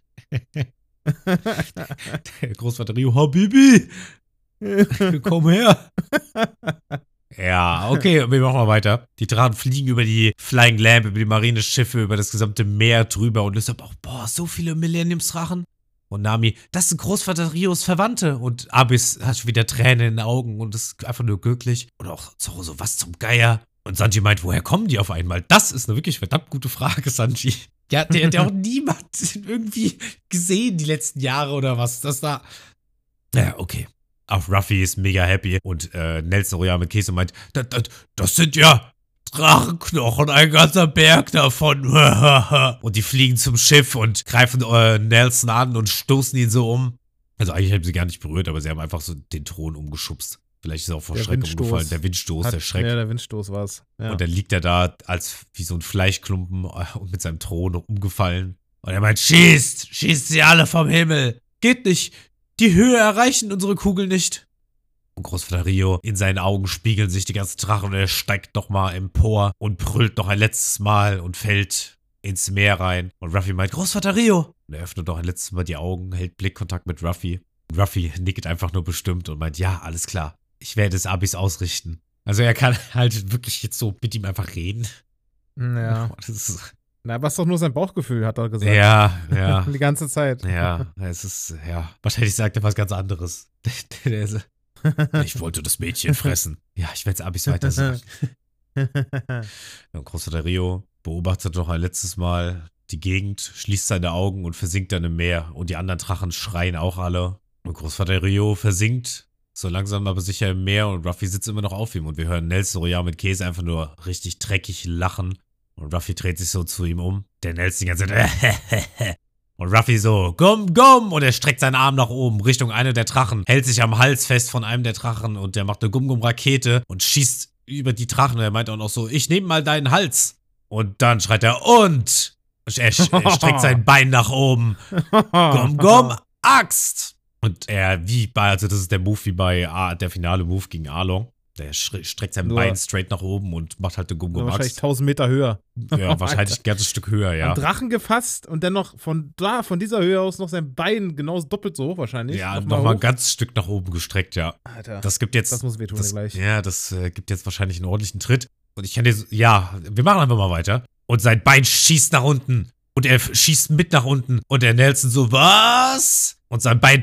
Der Großvater Rio, Habibi, komm her. Ja, okay, wir machen mal weiter. Die Drachen fliegen über die Flying Lamp, über die Marineschiffe, über das gesamte Meer drüber und Lysop auch, boah, so viele Millenniumsdrachen. Und Nami, das sind Großvater Rios Verwandte. Und Abyss hat schon wieder Tränen in den Augen und ist einfach nur glücklich. Und auch Zoro so, was zum Geier? Und Sanji meint, woher kommen die auf einmal? Das ist eine wirklich verdammt gute Frage, Sanji. Ja, der hat ja auch niemand irgendwie gesehen die letzten Jahre oder was. Das da. Ja, okay. Auch Ruffy ist mega happy und äh, Nelson Royal mit Käse meint, das, das, das sind ja Drachenknochen, ein ganzer Berg davon. Und die fliegen zum Schiff und greifen äh, Nelson an und stoßen ihn so um. Also eigentlich haben sie gar nicht berührt, aber sie haben einfach so den Thron umgeschubst. Vielleicht ist er auch vor Der Schreck Windstoß. umgefallen. Der Windstoß, Hat- der Schreck. Ja, der Windstoß war's. Ja. Und dann liegt er da als wie so ein Fleischklumpen äh, und mit seinem Thron umgefallen. Und er meint, schießt, schießt sie alle vom Himmel. Geht nicht. Die Höhe erreichen unsere Kugeln nicht. Und Großvater Rio, in seinen Augen spiegeln sich die ganzen Drachen und er steigt nochmal empor und brüllt noch ein letztes Mal und fällt ins Meer rein. Und Ruffy meint, Großvater Rio. Und er öffnet noch ein letztes Mal die Augen, hält Blickkontakt mit Ruffy. Und Ruffy nickt einfach nur bestimmt und meint, ja, alles klar. Ich werde es Abyss ausrichten. Also er kann halt wirklich jetzt so mit ihm einfach reden. ja. Das ist, Na, aber es ist doch nur sein Bauchgefühl, hat er gesagt. ja, ja. Die ganze Zeit. Ja, es ist, ja. Wahrscheinlich sagt er was ganz anderes. Der, der ist, ich wollte das Mädchen fressen. Ja, ich werde es Abyss weiter sagen. Und Großvater Rio beobachtet noch ein letztes Mal die Gegend, schließt seine Augen und versinkt dann im Meer. Und die anderen Drachen schreien auch alle. Und Großvater Rio versinkt so langsam aber sicher im Meer und Ruffy sitzt immer noch auf ihm. Und wir hören Nelson Royal mit Käse einfach nur richtig dreckig lachen. Und Ruffy dreht sich so zu ihm um. Der Nelson die ganze Zeit. Und Ruffy so, komm, komm! Und er streckt seinen Arm nach oben Richtung einer der Drachen, hält sich am Hals fest von einem der Drachen und der macht eine Gum-Gum-Rakete und schießt über die Drachen. Und er meint auch noch so, ich nehme mal deinen Hals. Und dann schreit er, und! Er, er streckt sein Bein nach oben. Komm, komm, Axt! Und er, wie bei, also das ist der Move wie bei A, der finale Move gegen Arlong. Der streckt sein Nur- Bein straight nach oben und macht halt eine Wahrscheinlich Gum-Gum-Axt. tausend Meter höher. Ja, wahrscheinlich ein ganzes Stück höher, ja. Am Drachen gefasst und dann noch von da, von dieser Höhe aus noch sein Bein genauso doppelt so hoch wahrscheinlich. Ja, Nochmal nochmal ein hoch. ganzes Stück nach oben gestreckt, ja. Alter, Das gibt jetzt. das muss wehtun das, gleich. Ja, das äh, gibt jetzt wahrscheinlich einen ordentlichen Tritt. Und ich kann dir. so- Ja, wir machen einfach mal weiter. Und sein Bein schießt nach unten. Und er f- schießt mit nach unten. Und der Nelson so, was? Und sein Bein.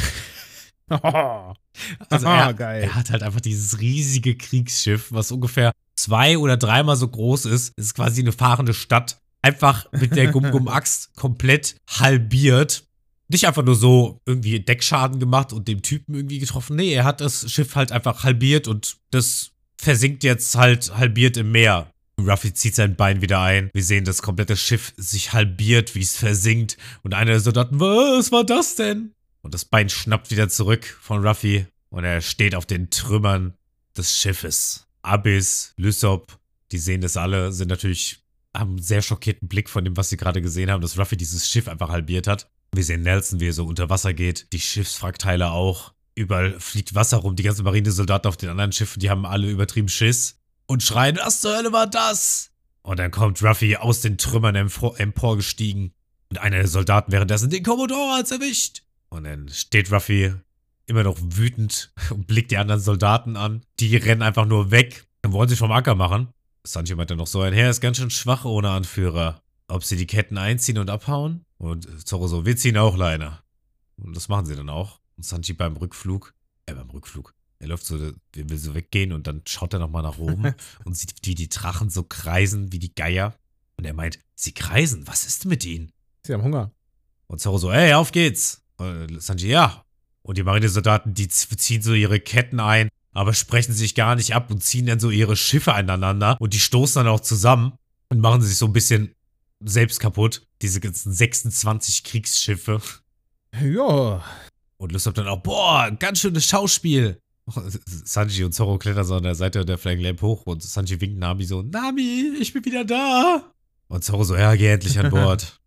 Also Haha, er, geil. er hat halt einfach dieses riesige Kriegsschiff, was ungefähr zwei oder dreimal so groß ist. Es ist quasi eine fahrende Stadt. Einfach mit der Gum-Gum-Axt komplett halbiert. Nicht einfach nur so irgendwie Deckschaden gemacht und dem Typen irgendwie getroffen. Nee, er hat das Schiff halt einfach halbiert und das versinkt jetzt halt halbiert im Meer. Ruffy zieht sein Bein wieder ein. Wir sehen das komplette Schiff sich halbiert, wie es versinkt. Und einer der Soldaten, was war das denn? Und das Bein schnappt wieder zurück von Ruffy. Und er steht auf den Trümmern des Schiffes. Abyss, Lysop, die sehen das alle, sind natürlich, haben einen sehr schockierten Blick von dem, was sie gerade gesehen haben, dass Ruffy dieses Schiff einfach halbiert hat. Wir sehen Nelson, wie er so unter Wasser geht. Die Schiffswrackteile auch. Überall fliegt Wasser rum. Die ganzen Marinesoldaten auf den anderen Schiffen, die haben alle übertrieben Schiss. Und schreien, was zur Hölle war das? Und dann kommt Ruffy aus den Trümmern empor, emporgestiegen. Und einer der Soldaten währenddessen den Kommodor hat's erwischt. Und dann steht Ruffy immer noch wütend und blickt die anderen Soldaten an. Die rennen einfach nur weg und wollen sich vom Acker machen. Sanji meinte noch so, ein Heer ist ganz schön schwach ohne Anführer. Ob sie die Ketten einziehen und abhauen? Und Zoro so, wir ziehen auch Leine. Und das machen sie dann auch. Und Sanji beim Rückflug, äh beim Rückflug, Er läuft so, will so weggehen und dann schaut er nochmal nach oben und sieht, wie die Drachen so kreisen, wie die Geier. Und er meint, sie kreisen, was ist mit ihnen? Sie haben Hunger. Und Zorro so, hey, auf geht's. Und Sanji, ja. Und die Marinesoldaten, die ziehen so ihre Ketten ein, aber sprechen sich gar nicht ab und ziehen dann so ihre Schiffe aneinander. Und die stoßen dann auch zusammen und machen sich so ein bisschen selbst kaputt. Diese ganzen sechsundzwanzig Kriegsschiffe. Ja. Und Lysop dann auch, boah, ganz schönes Schauspiel. Sanji und Zorro klettern so an der Seite der Flying Lamp hoch und Sanji winkt Nami so, Nami, ich bin wieder da. Und Zorro so, ja, geh endlich an Bord.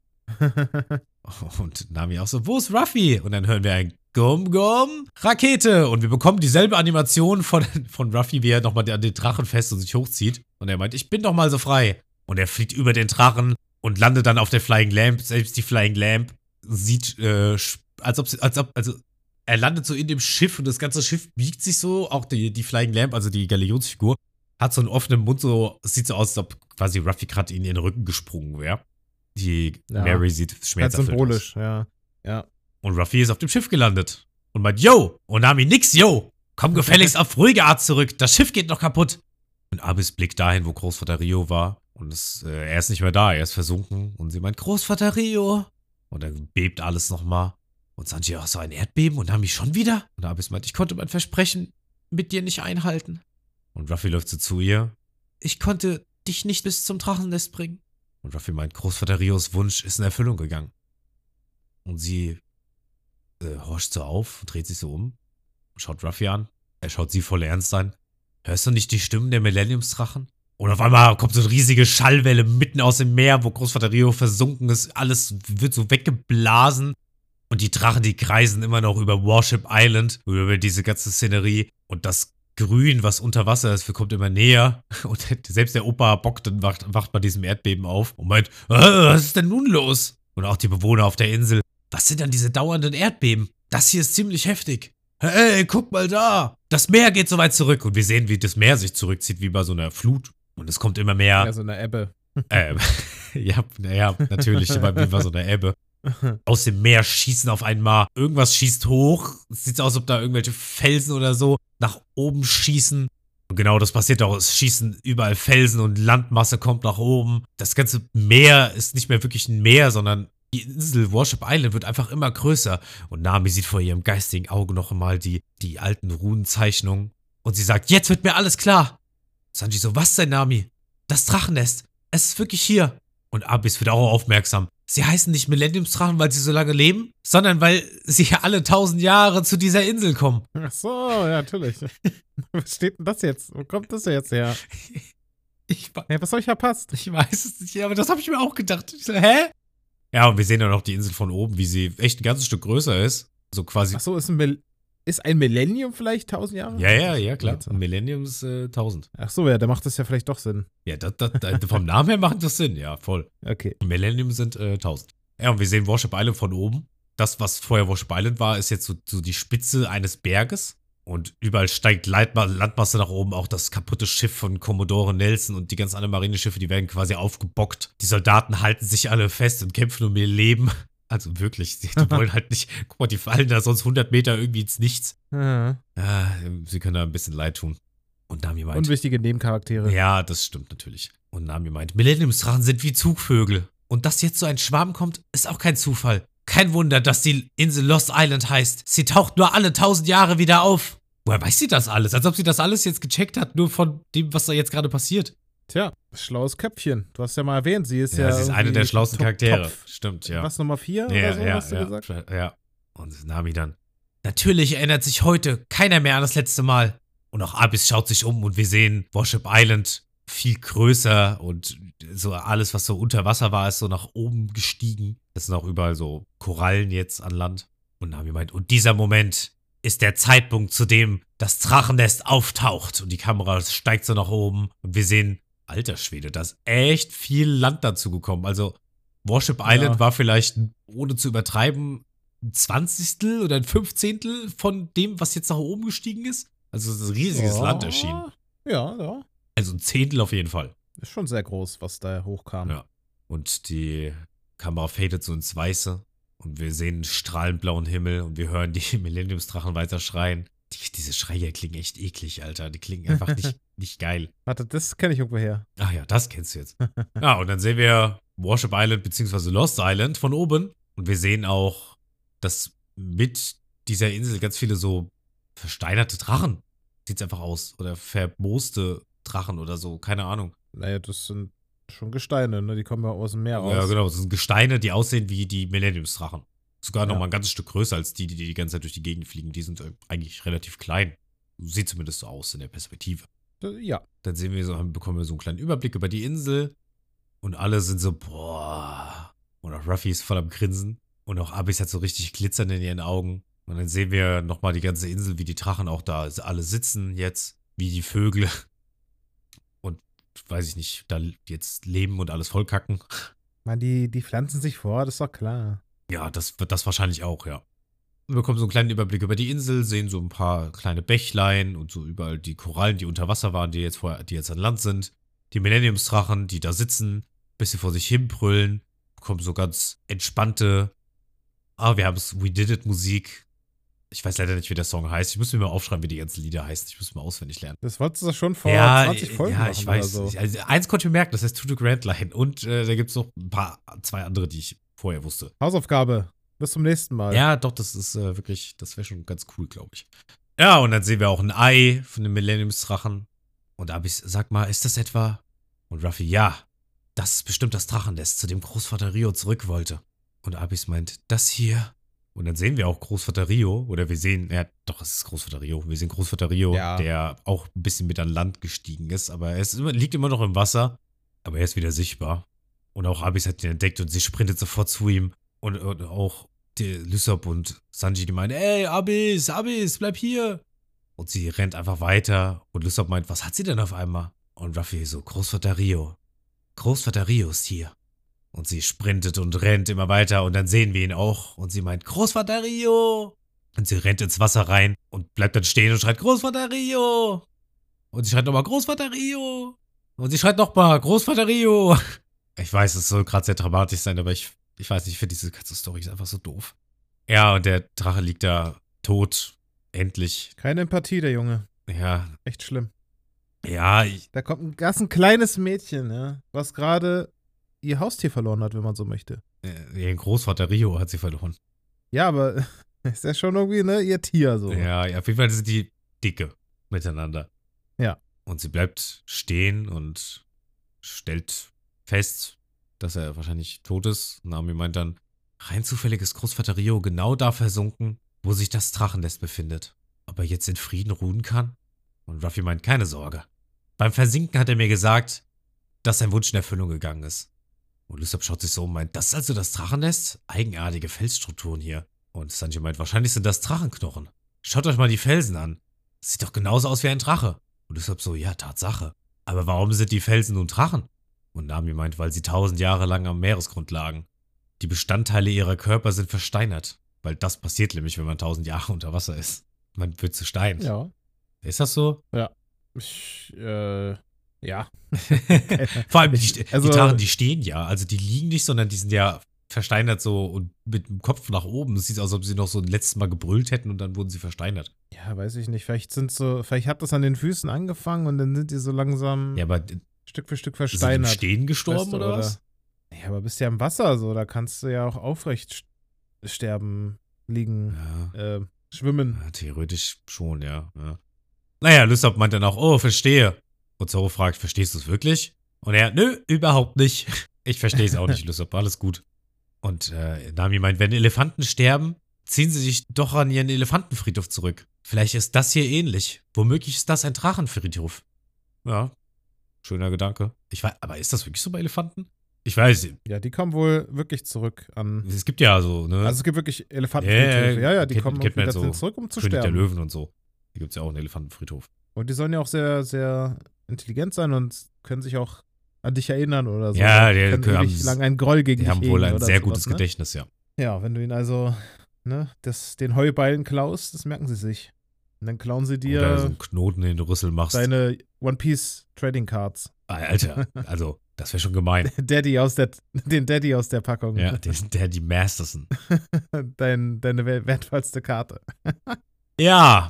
Und Nami auch so, wo ist Ruffy? Und dann hören wir ein Gum Gum Rakete. Und wir bekommen dieselbe Animation von, von Ruffy, wie er nochmal an den Drachen fest und sich hochzieht. Und er meint, ich bin doch mal so frei. Und er fliegt über den Drachen und landet dann auf der Flying Lamp. Selbst die Flying Lamp sieht, äh, als ob sie, als ob, also er landet so in dem Schiff und das ganze Schiff biegt sich so. Auch die, die Flying Lamp, also die Galionsfigur, hat so einen offenen Mund, so, es sieht so aus, als ob quasi Ruffy gerade in den Rücken gesprungen wäre. Die Ja. Mary sieht schmerzhaft Halt symbolisch, aus. ja. Ja. Und Ruffy ist auf dem Schiff gelandet und meint, yo, und Nami, nix, yo, komm gefälligst auf ruhige Art zurück, das Schiff geht noch kaputt. Und Abis blickt dahin, wo Großvater Rio war und es, äh, er ist nicht mehr da, er ist versunken und sie meint, Großvater Rio. Und dann bebt alles nochmal. Und Sanji, ach, so ein Erdbeben und Nami schon wieder? Und Abis meint, ich konnte mein Versprechen mit dir nicht einhalten. Und Ruffy läuft so zu ihr, ich konnte dich nicht bis zum Drachennest bringen. Und Ruffy meint, Großvater Rios Wunsch ist in Erfüllung gegangen. Und sie äh, horcht so auf, dreht sich so um, schaut Ruffy an. Er schaut sie voll ernst an. Hörst du nicht die Stimmen der Millenniumsdrachen? Und auf einmal kommt so eine riesige Schallwelle mitten aus dem Meer, wo Großvater Rio versunken ist. Alles wird so weggeblasen. Und die Drachen, die kreisen immer noch über Warship Island, über diese ganze Szenerie. Und das Grün, was unter Wasser ist, kommt immer näher. Und selbst der Opa Bock dann wacht, wacht bei diesem Erdbeben auf und meint, ah, was ist denn nun los? Und auch die Bewohner auf der Insel, was sind denn diese dauernden Erdbeben? Das hier ist ziemlich heftig. Hey, guck mal da. Das Meer geht so weit zurück. Und wir sehen, wie das Meer sich zurückzieht, wie bei so einer Flut. Und es kommt immer mehr. Ja, so eine Ebbe. Ähm, ja, naja, natürlich, wie bei so einer Ebbe. Aus dem Meer schießen auf einmal. Irgendwas schießt hoch. Es sieht so aus, als ob da irgendwelche Felsen oder so nach oben schießen. Und genau das passiert auch. Es schießen überall Felsen und Landmasse kommt nach oben. Das ganze Meer ist nicht mehr wirklich ein Meer, sondern die Insel Warship Island wird einfach immer größer. Und Nami sieht vor ihrem geistigen Auge noch einmal die, die alten Runenzeichnungen. Und sie sagt, jetzt wird mir alles klar. Sanji so, was denn, Nami? Das Drachennest. Es ist wirklich hier. Und Abis wird auch aufmerksam. Sie heißen nicht Millenniumsdrachen, weil sie so lange leben, sondern weil sie alle tausend Jahre zu dieser Insel kommen. Ach so, ja, natürlich. Was steht denn das jetzt? Wo kommt das jetzt her? Ich, Ja, was euch verpasst? ich weiß es nicht, aber das habe ich mir auch gedacht. Ich so, hä? Ja, und wir sehen dann noch die Insel von oben, wie sie echt ein ganzes Stück größer ist. So quasi. Ach so, ist ein, Mil ist ein Millennium vielleicht tausend Jahre? Ja, ja, ja, klar. Ein Millennium ist äh, tausend. Ach so, ja, da macht das ja vielleicht doch Sinn. Ja, das, das, das, vom Namen her macht das Sinn, ja, voll. Okay. Millennium sind äh, tausend. Ja, und wir sehen Warship Island von oben. Das, was vorher Warship Island war, ist jetzt so, so die Spitze eines Berges. Und überall steigt Leitma Landmasse nach oben. Auch das kaputte Schiff von Commodore Nelson und die ganzen anderen Marineschiffe, die werden quasi aufgebockt. Die Soldaten halten sich alle fest und kämpfen um ihr Leben. Also wirklich, die wollen halt nicht, guck mal, die fallen da sonst hundert Meter irgendwie ins Nichts. Ja. Ja, sie können da ein bisschen leid tun. Und Nami meint, Unwichtige Nebencharaktere. ja, das stimmt natürlich. Und Nami meint, Millenniumsdrachen sind wie Zugvögel. Und dass jetzt so ein Schwarm kommt, ist auch kein Zufall. Kein Wunder, dass die Insel Lost Island heißt. Sie taucht nur alle tausend Jahre wieder auf. Woher weiß sie das alles? Als ob sie das alles jetzt gecheckt hat, nur von dem, was da jetzt gerade passiert. Tja, schlaues Köpfchen. Du hast ja mal erwähnt, sie ist ja. Ja, sie ist eine der irgendwie schlauesten Top- Charaktere. Top- Stimmt, ja. Was, Nummer vier Ja, oder so, ja, hast du ja, gesagt? ja. Und Nami dann. Natürlich erinnert sich heute keiner mehr an das letzte Mal. Und auch Abis schaut sich um und wir sehen Warship Island viel größer und so alles, was so unter Wasser war, ist so nach oben gestiegen. Es sind auch überall so Korallen jetzt an Land. Und Nami meint, und dieser Moment ist der Zeitpunkt, zu dem das Drachennest auftaucht. Und die Kamera steigt so nach oben und wir sehen, alter Schwede, da ist echt viel Land dazu gekommen. Also Warship Island Ja. war vielleicht, ohne zu übertreiben, ein Zwanzigstel oder ein Fünfzehntel von dem, was jetzt nach oben gestiegen ist. Also es ist ein riesiges Ja. Land erschienen. Ja, ja. Also ein Zehntel auf jeden Fall. Ist schon sehr groß, was da hochkam. Ja. Und die Kamera fadet so ins Weiße. Und wir sehen einen strahlend blauen Himmel und wir hören die Millenniumsdrachen weiter schreien. die, diese Schreie klingen echt eklig, Alter. Die klingen einfach nicht, nicht geil. Warte, das kenne ich irgendwo her. Ach ja, das kennst du jetzt. Ja, und dann sehen wir Warship Island bzw. Lost Island von oben. Und wir sehen auch, dass mit dieser Insel ganz viele so versteinerte Drachen, sieht's einfach aus. Oder vermooste Drachen oder so, keine Ahnung. Naja, das sind schon Gesteine, ne? Die kommen ja aus dem Meer raus. Ja, genau. Das sind Gesteine, die aussehen wie die Millenniumsdrachen. Sogar Ja. noch mal ein ganzes Stück größer als die, die die ganze Zeit durch die Gegend fliegen. Die sind äh, eigentlich relativ klein. Sieht zumindest so aus in der Perspektive. Äh, Ja. Dann sehen wir so, haben- bekommen wir so einen kleinen Überblick über die Insel. Und alle sind so, boah. Und auch Ruffy ist voll am Grinsen. Und auch Abis hat so richtig Glitzern in ihren Augen. Und dann sehen wir nochmal die ganze Insel, wie die Drachen auch da alle sitzen jetzt. Wie die Vögel. Und weiß ich nicht, da jetzt leben und alles vollkacken. Man, die, die pflanzen sich vor, das ist doch klar. Ja, das wird das wahrscheinlich auch, ja. Wir bekommen so einen kleinen Überblick über die Insel, sehen so ein paar kleine Bächlein und so überall die Korallen, die unter Wasser waren, die jetzt vorher, die jetzt an Land sind. Die Millenniumsdrachen, die da sitzen, bisschen vor sich hin brüllen. Bekommen so ganz entspannte, ah, wir haben es, We Did It Musik. Ich weiß leider nicht, wie der Song heißt. Ich muss mir mal aufschreiben, wie die ganzen Lieder heißen. Ich muss mir auswendig lernen. Das wolltest du schon vor ja, zwanzig Folgen ja, machen ich weiß. oder so. Also, eins konnte ich mir merken, das heißt To the Grand Line. Und äh, da gibt es noch ein paar, zwei andere, die ich vorher wusste. Hausaufgabe. Bis zum nächsten Mal. Ja, doch, das ist äh, wirklich, das wäre schon ganz cool, glaube ich. Ja, und dann sehen wir auch ein Ei von dem Millenniumsdrachen. Und Abis, sag mal, ist das etwa? Und Ruffy, ja, das ist bestimmt das Drachennest, zu dem Großvater Rio zurück wollte. Und Abis meint, das hier. Und dann sehen wir auch Großvater Rio, oder wir sehen, ja, doch, es ist Großvater Rio. Wir sehen Großvater Rio, Ja. der auch ein bisschen mit an Land gestiegen ist, aber er ist immer, liegt immer noch im Wasser. Aber er ist wieder sichtbar. Und auch Abis hat ihn entdeckt und sie sprintet sofort zu ihm. Und, und auch die Lysop und Sanji, die meinen, ey, Abis, Abis, bleib hier. Und sie rennt einfach weiter. Und Lysop meint, was hat sie denn auf einmal? Und Ruffy so, Großvater Rio. Großvater Rio ist hier. Und sie sprintet und rennt immer weiter. Und dann sehen wir ihn auch. Und sie meint, Großvater Rio. Und sie rennt ins Wasser rein und bleibt dann stehen und schreit, Großvater Rio. Und sie schreit nochmal, Großvater Rio. Und sie schreit nochmal, Großvater Rio. Ich weiß, es soll gerade sehr dramatisch sein, aber ich, ich weiß nicht, ich finde diese ganze Story ist einfach so doof. Ja, und der Drache liegt da tot. Endlich. Keine Empathie, der Junge. Ja, Echt schlimm. ja, ich, Da kommt ein ganz ein kleines Mädchen, ja, was gerade ihr Haustier verloren hat, wenn man so möchte. äh, ihr Großvater Rio hat sie verloren. Ja, aber ist ja schon irgendwie, ne, ihr Tier so. Ja, ja, auf jeden Fall sind die dicke miteinander. Ja. Und sie bleibt stehen und stellt fest, dass er wahrscheinlich tot ist. Naomi meint dann, rein zufällig ist Großvater Rio genau da versunken, wo sich das Drachennest befindet. Ob er jetzt in Frieden ruhen kann? Und Ruffy meint, keine Sorge. Beim Versinken hat er mir gesagt, dass sein Wunsch in Erfüllung gegangen ist. Und Lysop schaut sich so um und meint, das ist also das Drachennest? Eigenartige Felsstrukturen hier. Und Sanji meint, wahrscheinlich sind das Drachenknochen. Schaut euch mal die Felsen an. Das sieht doch genauso aus wie ein Drache. Und Lysop so, ja, Tatsache. Aber warum sind die Felsen nun Drachen? Und Nami meint, weil sie tausend Jahre lang am Meeresgrund lagen. Die Bestandteile ihrer Körper sind versteinert. Weil das passiert nämlich, wenn man tausend Jahre unter Wasser ist. Man wird zu Stein. Ja. Ist das so? Ich, äh, ja. Vor allem, die, Also- die Drachen, die stehen ja. Also die liegen nicht, sondern die sind ja versteinert so und mit dem Kopf nach oben. Es sieht aus, als ob sie noch so ein letztes Mal gebrüllt hätten und dann wurden sie versteinert. Ja, weiß ich nicht. Vielleicht sind so, vielleicht hat das an den Füßen angefangen und dann sind die so langsam Ja, aber sind Stück für Stück die im versteinert. Stehen gestorben Weißt du, oder was? Ja, aber bist ja im Wasser so, da kannst du ja auch aufrecht st- sterben, liegen, Ja, äh, schwimmen. ja, theoretisch schon, ja. ja. Naja, Lysop meint dann auch, oh, verstehe. Und Zoro fragt, verstehst du es wirklich? Und er, nö, überhaupt nicht. Ich verstehe es auch nicht, Lysop, alles gut. Und äh, Nami meint, wenn Elefanten sterben, ziehen sie sich doch an ihren Elefantenfriedhof zurück. Vielleicht ist das hier ähnlich. Womöglich ist das ein Drachenfriedhof. Ja, schöner Gedanke. Ich weiß, aber ist das wirklich so bei Elefanten? Ich weiß, Ja, die kommen wohl wirklich zurück an. es gibt ja so, ne? Also es gibt wirklich Ja, Elefantenfriedhöfe. Ja, ja, die kennt- kommen kennt man wieder so zurück, um zu König der sterben. Löwen und so. Hier gibt es ja auch einen Elefantenfriedhof. Und die sollen ja auch sehr, sehr intelligent sein und können sich auch an dich erinnern oder so. Ja, die können haben- ewig lang einen Groll gegen Die dich haben wohl hegen ein oder sehr sowas, gutes ne? Gedächtnis, ja. Ja, wenn du ihnen also ne, das, den Heuballen klaust, das merken sie sich. Und dann klauen sie dir Oder so einen Knoten in den Rüssel machst. deine One Piece Trading Cards. Ah, Alter, also, das wäre schon gemein. Daddy aus der, den Daddy aus der Packung. Ja, der, der die Masterson. Dein, deine wer- wertvollste Karte. Ja,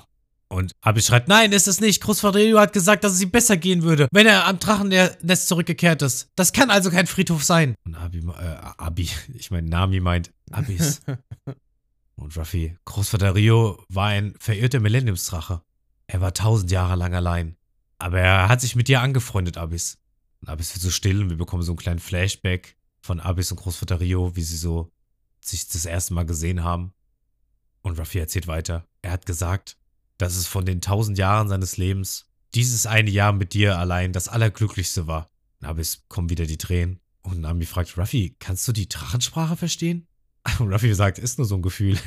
Und Abi schreit, nein, ist es nicht. Großvater Rio hat gesagt, dass es ihm besser gehen würde, wenn er am Drachennest zurückgekehrt ist. Das kann also kein Friedhof sein. Und Abi, äh, Abi, ich meine, Nami meint, Abis. Und Ruffy, Großvater Rio war ein verirrter Millenniumsdrache. Er war tausend Jahre lang allein. Aber er hat sich mit dir angefreundet, Abis. Und Abis wird so still und wir bekommen so einen kleinen Flashback von Abis und Großvater Rio, wie sie so sich das erste Mal gesehen haben. Und Ruffy erzählt weiter. Er hat gesagt, dass es von den tausend Jahren seines Lebens dieses eine Jahr mit dir allein das allerglücklichste war. Und Abis kommen wieder die Tränen. Und Nami fragt, Ruffy, kannst du die Drachensprache verstehen? Und Ruffy sagt, ist nur so ein Gefühl.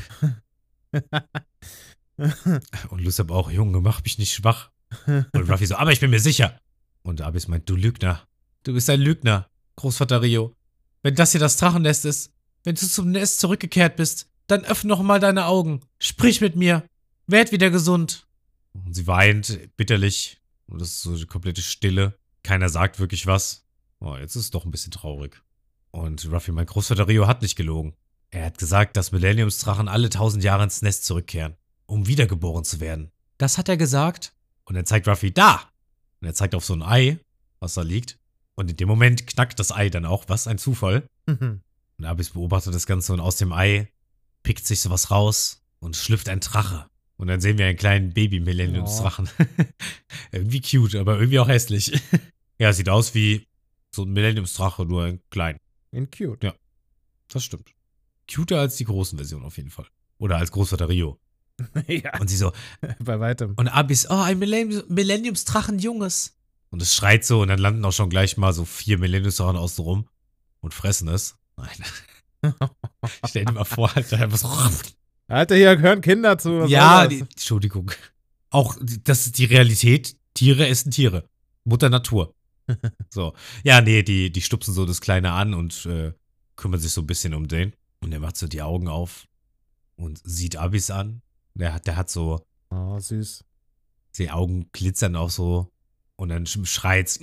Und Lysop auch, Junge, mach mich nicht schwach. Und Ruffy so, aber ich bin mir sicher. Und Abis meint, du Lügner. Du bist ein Lügner, Großvater Rio. Wenn das hier das Drachennest ist, wenn du zum Nest zurückgekehrt bist, dann öffne noch mal deine Augen. Sprich mit mir. Werd wieder gesund. Und sie weint bitterlich. Und das ist so eine komplette Stille. Keiner sagt wirklich was. Oh, jetzt ist es doch ein bisschen traurig. Und Ruffy, mein Großvater Rio, hat nicht gelogen. Er hat gesagt, dass Millenniumsdrachen alle tausend Jahre ins Nest zurückkehren, um wiedergeboren zu werden. Das hat er gesagt. Und er zeigt Ruffy, da! Und er zeigt auf so ein Ei, was da liegt. Und in dem Moment knackt das Ei dann auch. Was ein Zufall. Mhm. Und Abis beobachtet das Ganze und aus dem Ei pickt sich sowas raus und schlüpft ein Drache. Und dann sehen wir einen kleinen Baby-Millenniumsdrachen. Oh. Irgendwie cute, aber irgendwie auch hässlich. Ja, sieht aus wie so ein Millenniumsdrache, nur ein klein. In cute. Ja, das stimmt. Cuter als die großen Versionen auf jeden Fall. Oder als Großvater Rio. Ja. Und sie so, bei weitem. und Abis, oh, ein Millennium- Millenniumsdrachen-Junges. Und es schreit so und dann landen auch schon gleich mal so vier Millenniumsdrachen außen rum und fressen es. Nein. Stell dir mal vor, Alter, einfach so. Alter, hier gehören Kinder zu. Was Ja, soll die, das? Entschuldigung. Auch, das ist die Realität. Tiere essen Tiere. Mutter Natur. So. Ja, nee, die, die stupsen so das Kleine an und äh, kümmern sich so ein bisschen um den. Und er macht so die Augen auf und sieht Abis an. Der hat, der hat so, Oh, süß. die Augen glitzern auch so. Und dann sch- schreit's.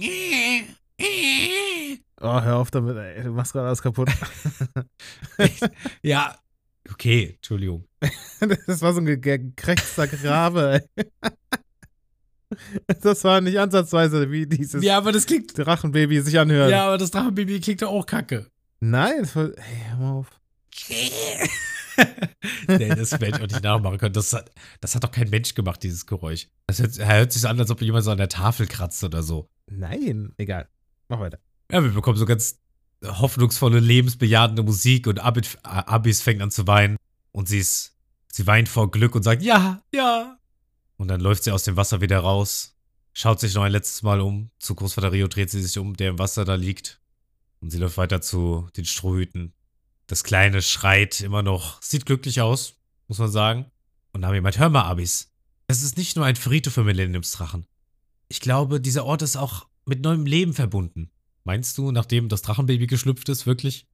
Oh, hör auf damit, ey. Du machst gerade alles kaputt. Ja, okay, Entschuldigung. Das war so ein ge- gekrächzter Grabe, ey. Das war nicht ansatzweise, wie dieses Ja, aber das klingt. Drachenbaby sich anhört. Ja, aber das Drachenbaby klingt doch auch kacke. Nein, das war, hey, hör mal auf. Nee, das hätte ich auch nicht nachmachen können. Das hat, das hat doch kein Mensch gemacht, dieses Geräusch. Das hört, hört sich so an, als ob jemand so an der Tafel kratzt oder so. Nein, egal. Mach weiter. Ja, wir bekommen so ganz hoffnungsvolle, lebensbejahende Musik und Abid, Abis fängt an zu weinen. Und sie ist, sie weint vor Glück und sagt, ja, ja. Und dann läuft sie aus dem Wasser wieder raus, schaut sich noch ein letztes Mal um. Zu Großvater Rio dreht sie sich um, der im Wasser da liegt. Und sie läuft weiter zu den Strohhüten. Das Kleine schreit immer noch, sieht glücklich aus, muss man sagen. Und dann haben wir gemeint, hör mal, Abis, es ist nicht nur ein Friedhof für Millenniumsdrachen. Ich glaube, dieser Ort ist auch mit neuem Leben verbunden. Meinst du, nachdem das Drachenbaby geschlüpft ist, wirklich?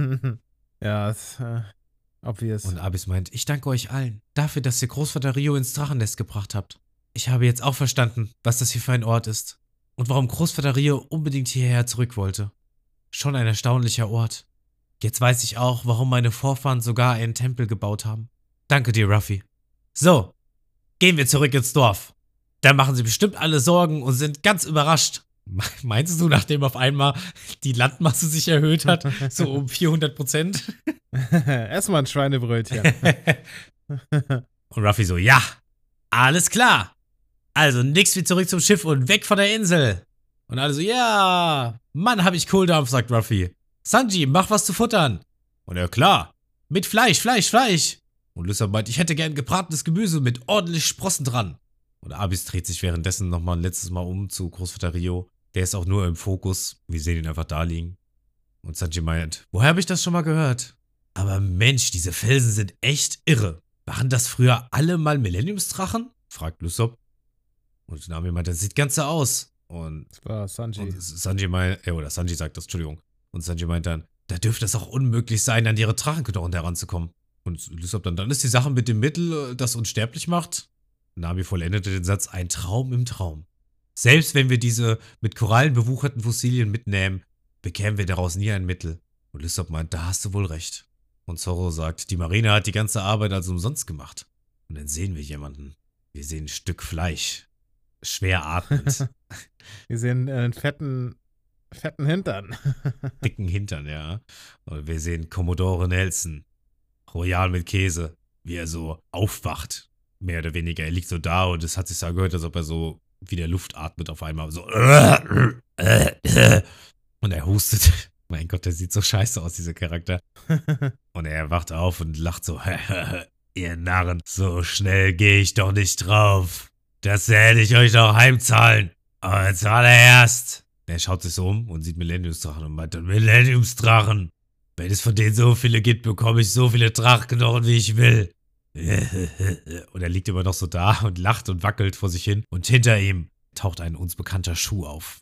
Ja, ist äh, obvious. Und Abis meint, ich danke euch allen dafür, dass ihr Großvater Rio ins Drachennest gebracht habt. Ich habe jetzt auch verstanden, was das hier für ein Ort ist. Und warum Großvater Rio unbedingt hierher zurück wollte. Schon ein erstaunlicher Ort. Jetzt weiß ich auch, warum meine Vorfahren sogar einen Tempel gebaut haben. Danke dir, Ruffy. So, gehen wir zurück ins Dorf. Da machen sie bestimmt alle Sorgen und sind ganz überrascht. Meinst du, nachdem auf einmal die Landmasse sich erhöht hat, so um vierhundert Prozent? Erstmal ein Schweinebrötchen. Und Ruffy so, ja, alles klar. Also nix wie zurück zum Schiff und weg von der Insel. Und alle so, ja, Mann, hab ich Kohldampf, sagt Ruffy. Sanji, mach was zu futtern. Und er, klar, mit Fleisch, Fleisch, Fleisch. Und Lysop meint, ich hätte gern gebratenes Gemüse mit ordentlich Sprossen dran. Und Abis dreht sich währenddessen nochmal ein letztes Mal um zu Großvater Rio. Der ist auch nur im Fokus. Wir sehen ihn einfach da liegen. Und Sanji meint, woher habe ich das schon mal gehört? Aber Mensch, diese Felsen sind echt irre. Waren das früher alle mal Millenniumsdrachen? Fragt Lysop. Und Nami meint, das sieht ganz so aus. Und, Das war Sanji. und Sanji meint, äh, oder Sanji sagt das, Entschuldigung. Und Sanji meint dann, da dürfte es auch unmöglich sein, an ihre Drachenknochen heranzukommen. Und Lysop dann, dann ist die Sache mit dem Mittel, das unsterblich macht. Nami vollendete den Satz, ein Traum im Traum. Selbst wenn wir diese mit Korallen bewucherten Fossilien mitnehmen, bekämen wir daraus nie ein Mittel. Und Lysop meint, da hast du wohl recht. Und Zoro sagt, die Marine hat die ganze Arbeit also umsonst gemacht. Und dann sehen wir jemanden, wie Wir sehen ein Stück Fleisch. Schwer atmend. Wir sehen einen fetten, fetten Hintern. Dicken Hintern, ja. Und wir sehen Commodore Nelson. Royal mit Käse. Wie er so aufwacht. Mehr oder weniger. Er liegt so da und es hat sich so angehört, als ob er so wieder Luft atmet auf einmal. So. Und er hustet. Mein Gott, der sieht so scheiße aus, dieser Charakter. Und er wacht auf und lacht so. Ihr Narren, so schnell gehe ich doch nicht drauf. Das werde ich euch doch heimzahlen. Aber zuallererst. Er schaut sich so um und sieht Millenniumsdrachen und meint dann, Millenniumsdrachen. Wenn es von denen so viele gibt, bekomme ich so viele Drachenknochen, wie ich will. Und er liegt immer noch so da und lacht und wackelt vor sich hin. Und hinter ihm taucht ein uns bekannter Schuh auf.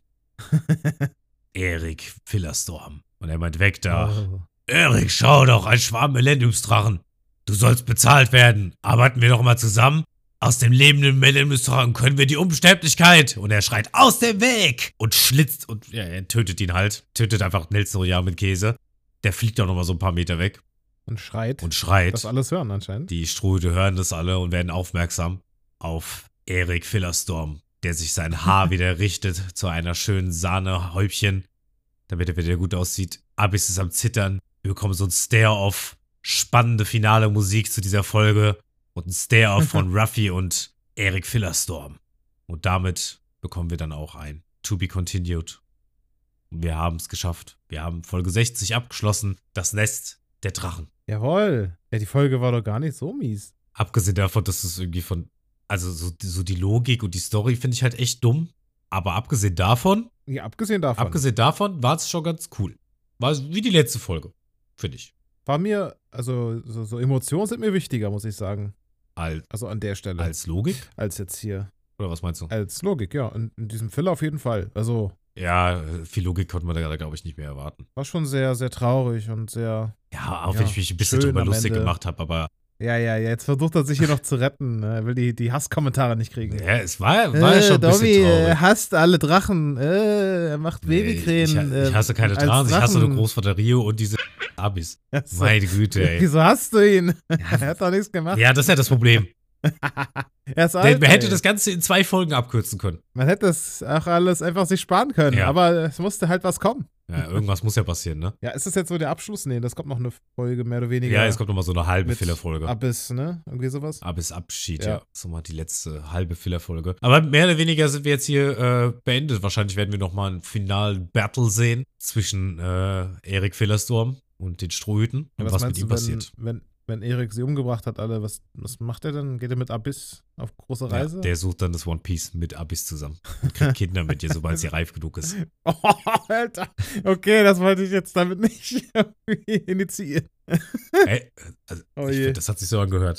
Erik Fillerstorm. Und er meint, weg da. Oh. Erik, schau doch, ein Schwarm Millenniumsdrachen. Du sollst bezahlt werden. Arbeiten wir doch mal zusammen. Aus dem lebenden Millenniumsdrachen können wir die Unsterblichkeit. Und er schreit, aus dem Weg! Und schlitzt und ja, er tötet ihn halt. Tötet einfach Nelson Royal mit Käse. Der fliegt auch nochmal so ein paar Meter weg. Und schreit. Und schreit. Das alles hören anscheinend. Die Strohhüte hören das alle und werden aufmerksam auf Erik Fillerstorm, der sich sein Haar wieder richtet zu einer schönen Sahnehäubchen, damit er wieder gut aussieht. Abyss ist am Zittern. Wir bekommen so ein Stare-Off. Spannende finale Musik zu dieser Folge. Und ein Stare-Off von Ruffy und Erik Fillerstorm. Und damit bekommen wir dann auch ein To Be Continued. Und wir haben es geschafft. Wir haben Folge sechzig abgeschlossen. Das Nest der Drachen. Jawohl. Ja, die Folge war doch gar nicht so mies. Abgesehen davon, dass es irgendwie von, also so, so die Logik und die Story finde ich halt echt dumm. Aber abgesehen davon, Ja, abgesehen davon. abgesehen davon war es schon ganz cool. War es wie die letzte Folge, finde ich. War mir, also so, so Emotionen sind mir wichtiger, muss ich sagen. Als, Also an der Stelle. als Logik? als jetzt hier. Oder was meinst du? Als Logik, ja. In, in diesem Filler auf jeden Fall. Also Ja, viel Logik konnte man da, glaube ich, nicht mehr erwarten. war schon sehr, sehr traurig und sehr. Ja, auch Ja, wenn ich mich ein bisschen schön drüber am lustig Ende. gemacht habe, aber Ja, ja, ja. Jetzt versucht er sich hier noch zu retten. ne? Er will die, die Hasskommentare nicht kriegen. ja, es war, war ja schon ein Dobby, bisschen äh, traurig. hasst alle Drachen. Äh, er macht Nee, Babykrähen. ich, ich hasse keine äh, als Drachen, ich hasse nur Drachen. Großvater Rio und diese Abyss. Achso. Meine Güte, ey. Wieso hast du ihn? er hat doch nichts gemacht. Ja, das ist ja das Problem. er ist Der, alt, man hätte ey. das Ganze in zwei Folgen abkürzen können. Man hätte das auch alles einfach sich sparen können. Ja. Aber es musste halt was kommen. Ja, irgendwas muss ja passieren, ne? Ja, ist das jetzt so der Abschluss? Nee, das kommt noch eine Folge, mehr oder weniger. Ja, es kommt nochmal so eine halbe mit Fillerfolge. Abyss, ne? Irgendwie sowas. Abyss Abschied, Ja. ja. So mal die letzte halbe Fillerfolge. Aber mehr oder weniger sind wir jetzt hier äh, beendet. Wahrscheinlich werden wir nochmal einen finalen Battle sehen zwischen äh, Erik Fillerstorm und den Strohhüten. Ja, Und was, was, mit meinst ihm du, wenn, passiert. wenn, wenn Erik sie umgebracht hat, alle, was, was macht er dann? Geht er mit Abyss auf große Reise? Ja, der sucht dann das One Piece mit Abyss zusammen. Und kriegt Kinder mit ihr, sobald sie reif genug ist. Oh, Alter. Okay, das wollte ich jetzt damit nicht irgendwie initiieren. Ey, also, Oh ich je. find, das hat sich so angehört.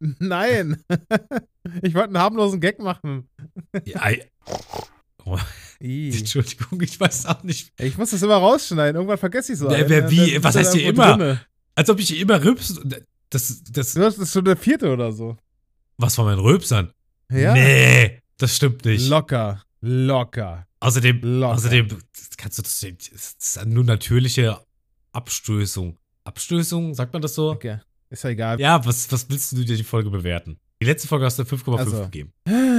Nein. ich wollte einen harmlosen Gag machen. Ja, ei. Oh, Ih. Entschuldigung, ich weiß auch nicht. Ich muss das immer rausschneiden. Irgendwann vergesse ich so. Ja, einen. wer- Dann wie? ist Was er heißt hier irgendwo immer? drinne. Als ob ich immer rübs. Das, das, Du hast das schon der vierte oder so. was war mein Rülpsern? Ja. Nee, das stimmt nicht. Locker. Locker. Außerdem, Locker. außerdem kannst du das, das ist nur natürliche Abstößung. Abstößung, sagt man das so? Okay. Ist ja egal. Ja, was, was willst du dir die Folge bewerten? Die letzte Folge hast du fünf Komma fünf Also. gegeben.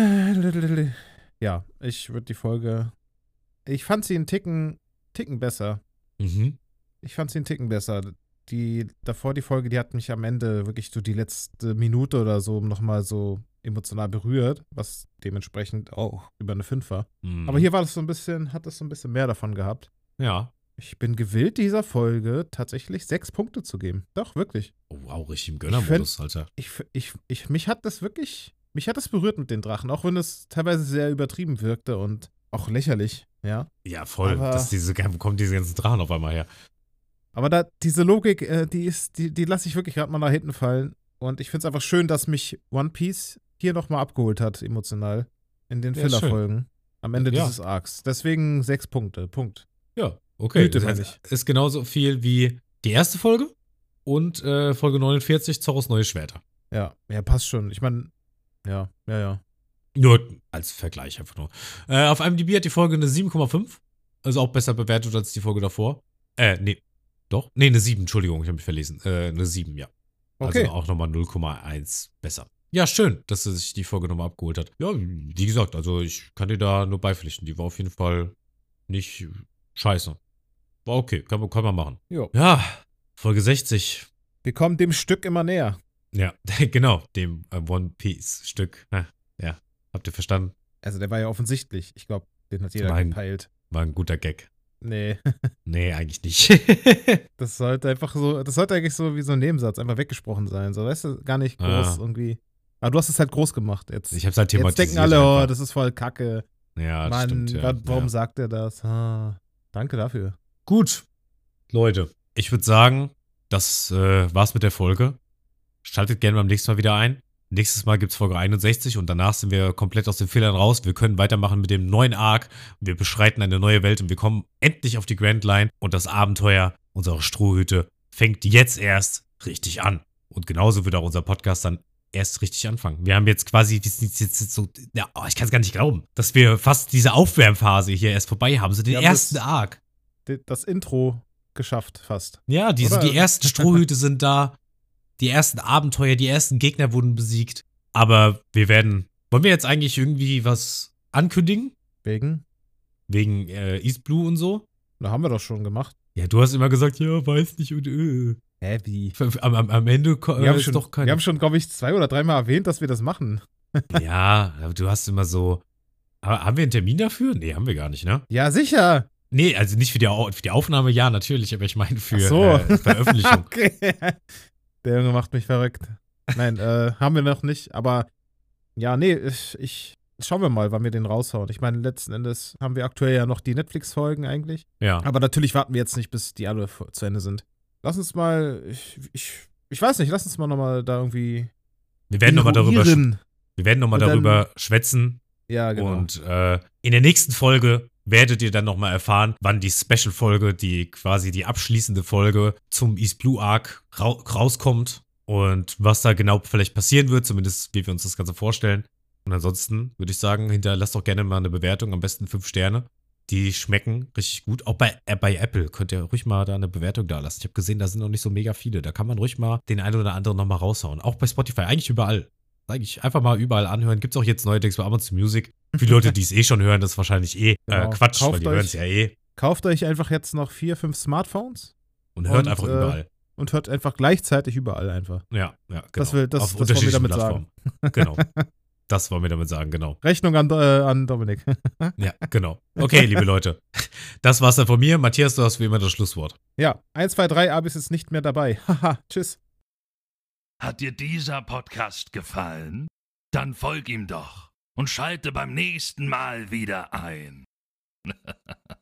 Ja, ich würde die Folge. Ich fand sie einen Ticken, Ticken besser. Mhm. Ich fand sie einen Ticken besser. Die, davor die Folge, die hat mich am Ende wirklich so die letzte Minute oder so nochmal so emotional berührt, was dementsprechend auch über eine fünf war. Mhm. Aber hier war das so ein bisschen, hat das so ein bisschen mehr davon gehabt. Ja. Ich bin gewillt, dieser Folge tatsächlich sechs Punkte zu geben. Doch, wirklich. Oh, wow, richtig im Gönnermodus, Alter. Ich, ich, ich, mich hat das wirklich, mich hat das berührt mit den Drachen, auch wenn es teilweise sehr übertrieben wirkte und auch lächerlich, ja. Ja, voll. Aber- dass diese, wo kommen diese ganzen Drachen auf einmal her? Aber da, diese Logik, äh, die ist, die, die lasse ich wirklich gerade mal nach hinten fallen. Und ich finde es einfach schön, dass mich One Piece hier nochmal abgeholt hat, emotional. In den Ja, ist Filler-Folgen. Am Ende Ja. dieses Arcs. Deswegen sechs Punkte. Punkt. Ja, okay. Güte, Das meine heißt, ist genauso viel wie die erste Folge und äh, Folge neunundvierzig, Zorros neue Schwerter. Ja, ja, passt schon. Ich meine, ja, ja, ja. Nur als Vergleich einfach nur. Äh, auf IMDb hat die Folge eine sieben Komma fünf. Also auch besser bewertet als die Folge davor. Äh, nee. Doch? Nee, eine sieben, Entschuldigung, ich habe mich verlesen. Äh, eine sieben, ja. Okay. Also auch nochmal null Komma eins besser. Ja, schön, dass er sich die Folge nochmal abgeholt hat. Ja, wie gesagt, also ich kann dir da nur beipflichten. Die war auf jeden Fall nicht scheiße. War okay, kann, man- kann man machen. Jo. Ja, Folge sechzig. Wir kommen dem Stück immer näher. Ja, genau, dem äh, One Piece-Stück. Ja, ja, habt ihr verstanden? Also der war ja offensichtlich. Ich glaube, den hat jeder Mein- gepeilt. War ein guter Gag. Nee, Nee, eigentlich nicht. das sollte einfach so, das sollte eigentlich so wie so ein Nebensatz einfach weggesprochen sein. So, weißt du, gar nicht groß Ah. irgendwie. Aber du hast es halt groß gemacht jetzt. Ich hab's halt Jetzt thematisiert. denken alle, oh, einfach. das ist voll kacke. Ja, das Mann, stimmt, ja. wa- warum ja. sagt er das? Ah, danke dafür. Gut, Leute, ich würde sagen, das äh, war's mit der Folge. Schaltet gerne beim nächsten Mal wieder ein. Nächstes Mal gibt's Folge einundsechzig und danach sind wir komplett aus den Fehlern raus. Wir können weitermachen mit dem neuen Arc. Wir beschreiten eine neue Welt und wir kommen endlich auf die Grand Line und das Abenteuer unserer Strohhüte fängt jetzt erst richtig an. Und genauso wird auch unser Podcast dann erst richtig anfangen. Wir haben jetzt quasi, wir sind jetzt so, ja, oh, ich kann es gar nicht glauben, dass wir fast diese Aufwärmphase hier erst vorbei haben, so den Wir haben ersten das- Arc. D- Das Intro geschafft fast. Ja, diese, Oder? die ersten Strohhüte sind da, die ersten Abenteuer, die ersten Gegner wurden besiegt. Aber wir werden, wollen wir jetzt eigentlich irgendwie was ankündigen? Wegen? Wegen äh, East Blue und so? Da haben wir doch schon gemacht. Ja, du hast immer gesagt, ja, weiß nicht und äh. Hä, wie? Am, am, am Ende ko- Wir äh, haben ist schon, doch kein. wir haben schon, glaube ich, zwei oder dreimal erwähnt, dass wir das machen. Ja, aber du hast immer so. Aber haben wir einen Termin dafür? Nee, haben wir gar nicht, ne? Ja, sicher. Nee, also nicht für die, Au- für die Aufnahme, ja, natürlich, aber ich meine für Ach so. äh, Veröffentlichung. Okay. Der Junge macht mich verrückt. Nein, äh, haben wir noch nicht, aber ja, nee, ich, ich schauen wir mal, wann wir den raushauen. Ich meine, letzten Endes haben wir aktuell ja noch die Netflix-Folgen eigentlich. Ja. Aber natürlich warten wir jetzt nicht, bis die alle vo- zu Ende sind. Lass uns mal, ich, ich, ich weiß nicht, lass uns mal nochmal da irgendwie Wir werden nochmal darüber, sch- eruieren. wir werden noch mal Und dann- darüber schwätzen. Ja, genau. Und äh, in der nächsten Folge werdet ihr dann nochmal erfahren, wann die Special-Folge, die quasi die abschließende Folge zum East Blue Arc ra rauskommt und was da genau vielleicht passieren wird, zumindest wie wir uns das Ganze vorstellen. Und ansonsten würde ich sagen, hinterlasst doch gerne mal eine Bewertung, am besten fünf Sterne. Die schmecken richtig gut. Auch bei, äh, bei Apple könnt ihr ruhig mal da eine Bewertung da lassen. Ich habe gesehen, da sind noch nicht so mega viele. Da kann man ruhig mal den einen oder anderen nochmal raushauen. Auch bei Spotify, eigentlich überall. Eigentlich einfach mal überall anhören. Gibt's auch jetzt neuerdings bei Amazon Music. Für die Leute, die es eh schon hören, das ist wahrscheinlich eh Genau. äh, Quatsch, Kauft weil die euch- hören es ja eh. Kauft euch einfach jetzt noch vier, fünf Smartphones Und hört und, einfach äh, überall. und hört einfach gleichzeitig überall einfach. Ja, ja, genau. Das will- das- Auf das wollen wir damit unterschiedlichen Plattformen. Genau. Das wollen wir damit sagen, genau. Rechnung an, äh, an Dominik. Ja, genau. Okay, liebe Leute. Das war's dann von mir. Matthias, du hast wie immer das Schlusswort. Ja, eins, zwei, drei, Abis ist nicht mehr dabei. Haha, tschüss. Hat dir dieser Podcast gefallen? Dann folg ihm doch und schalte beim nächsten Mal wieder ein.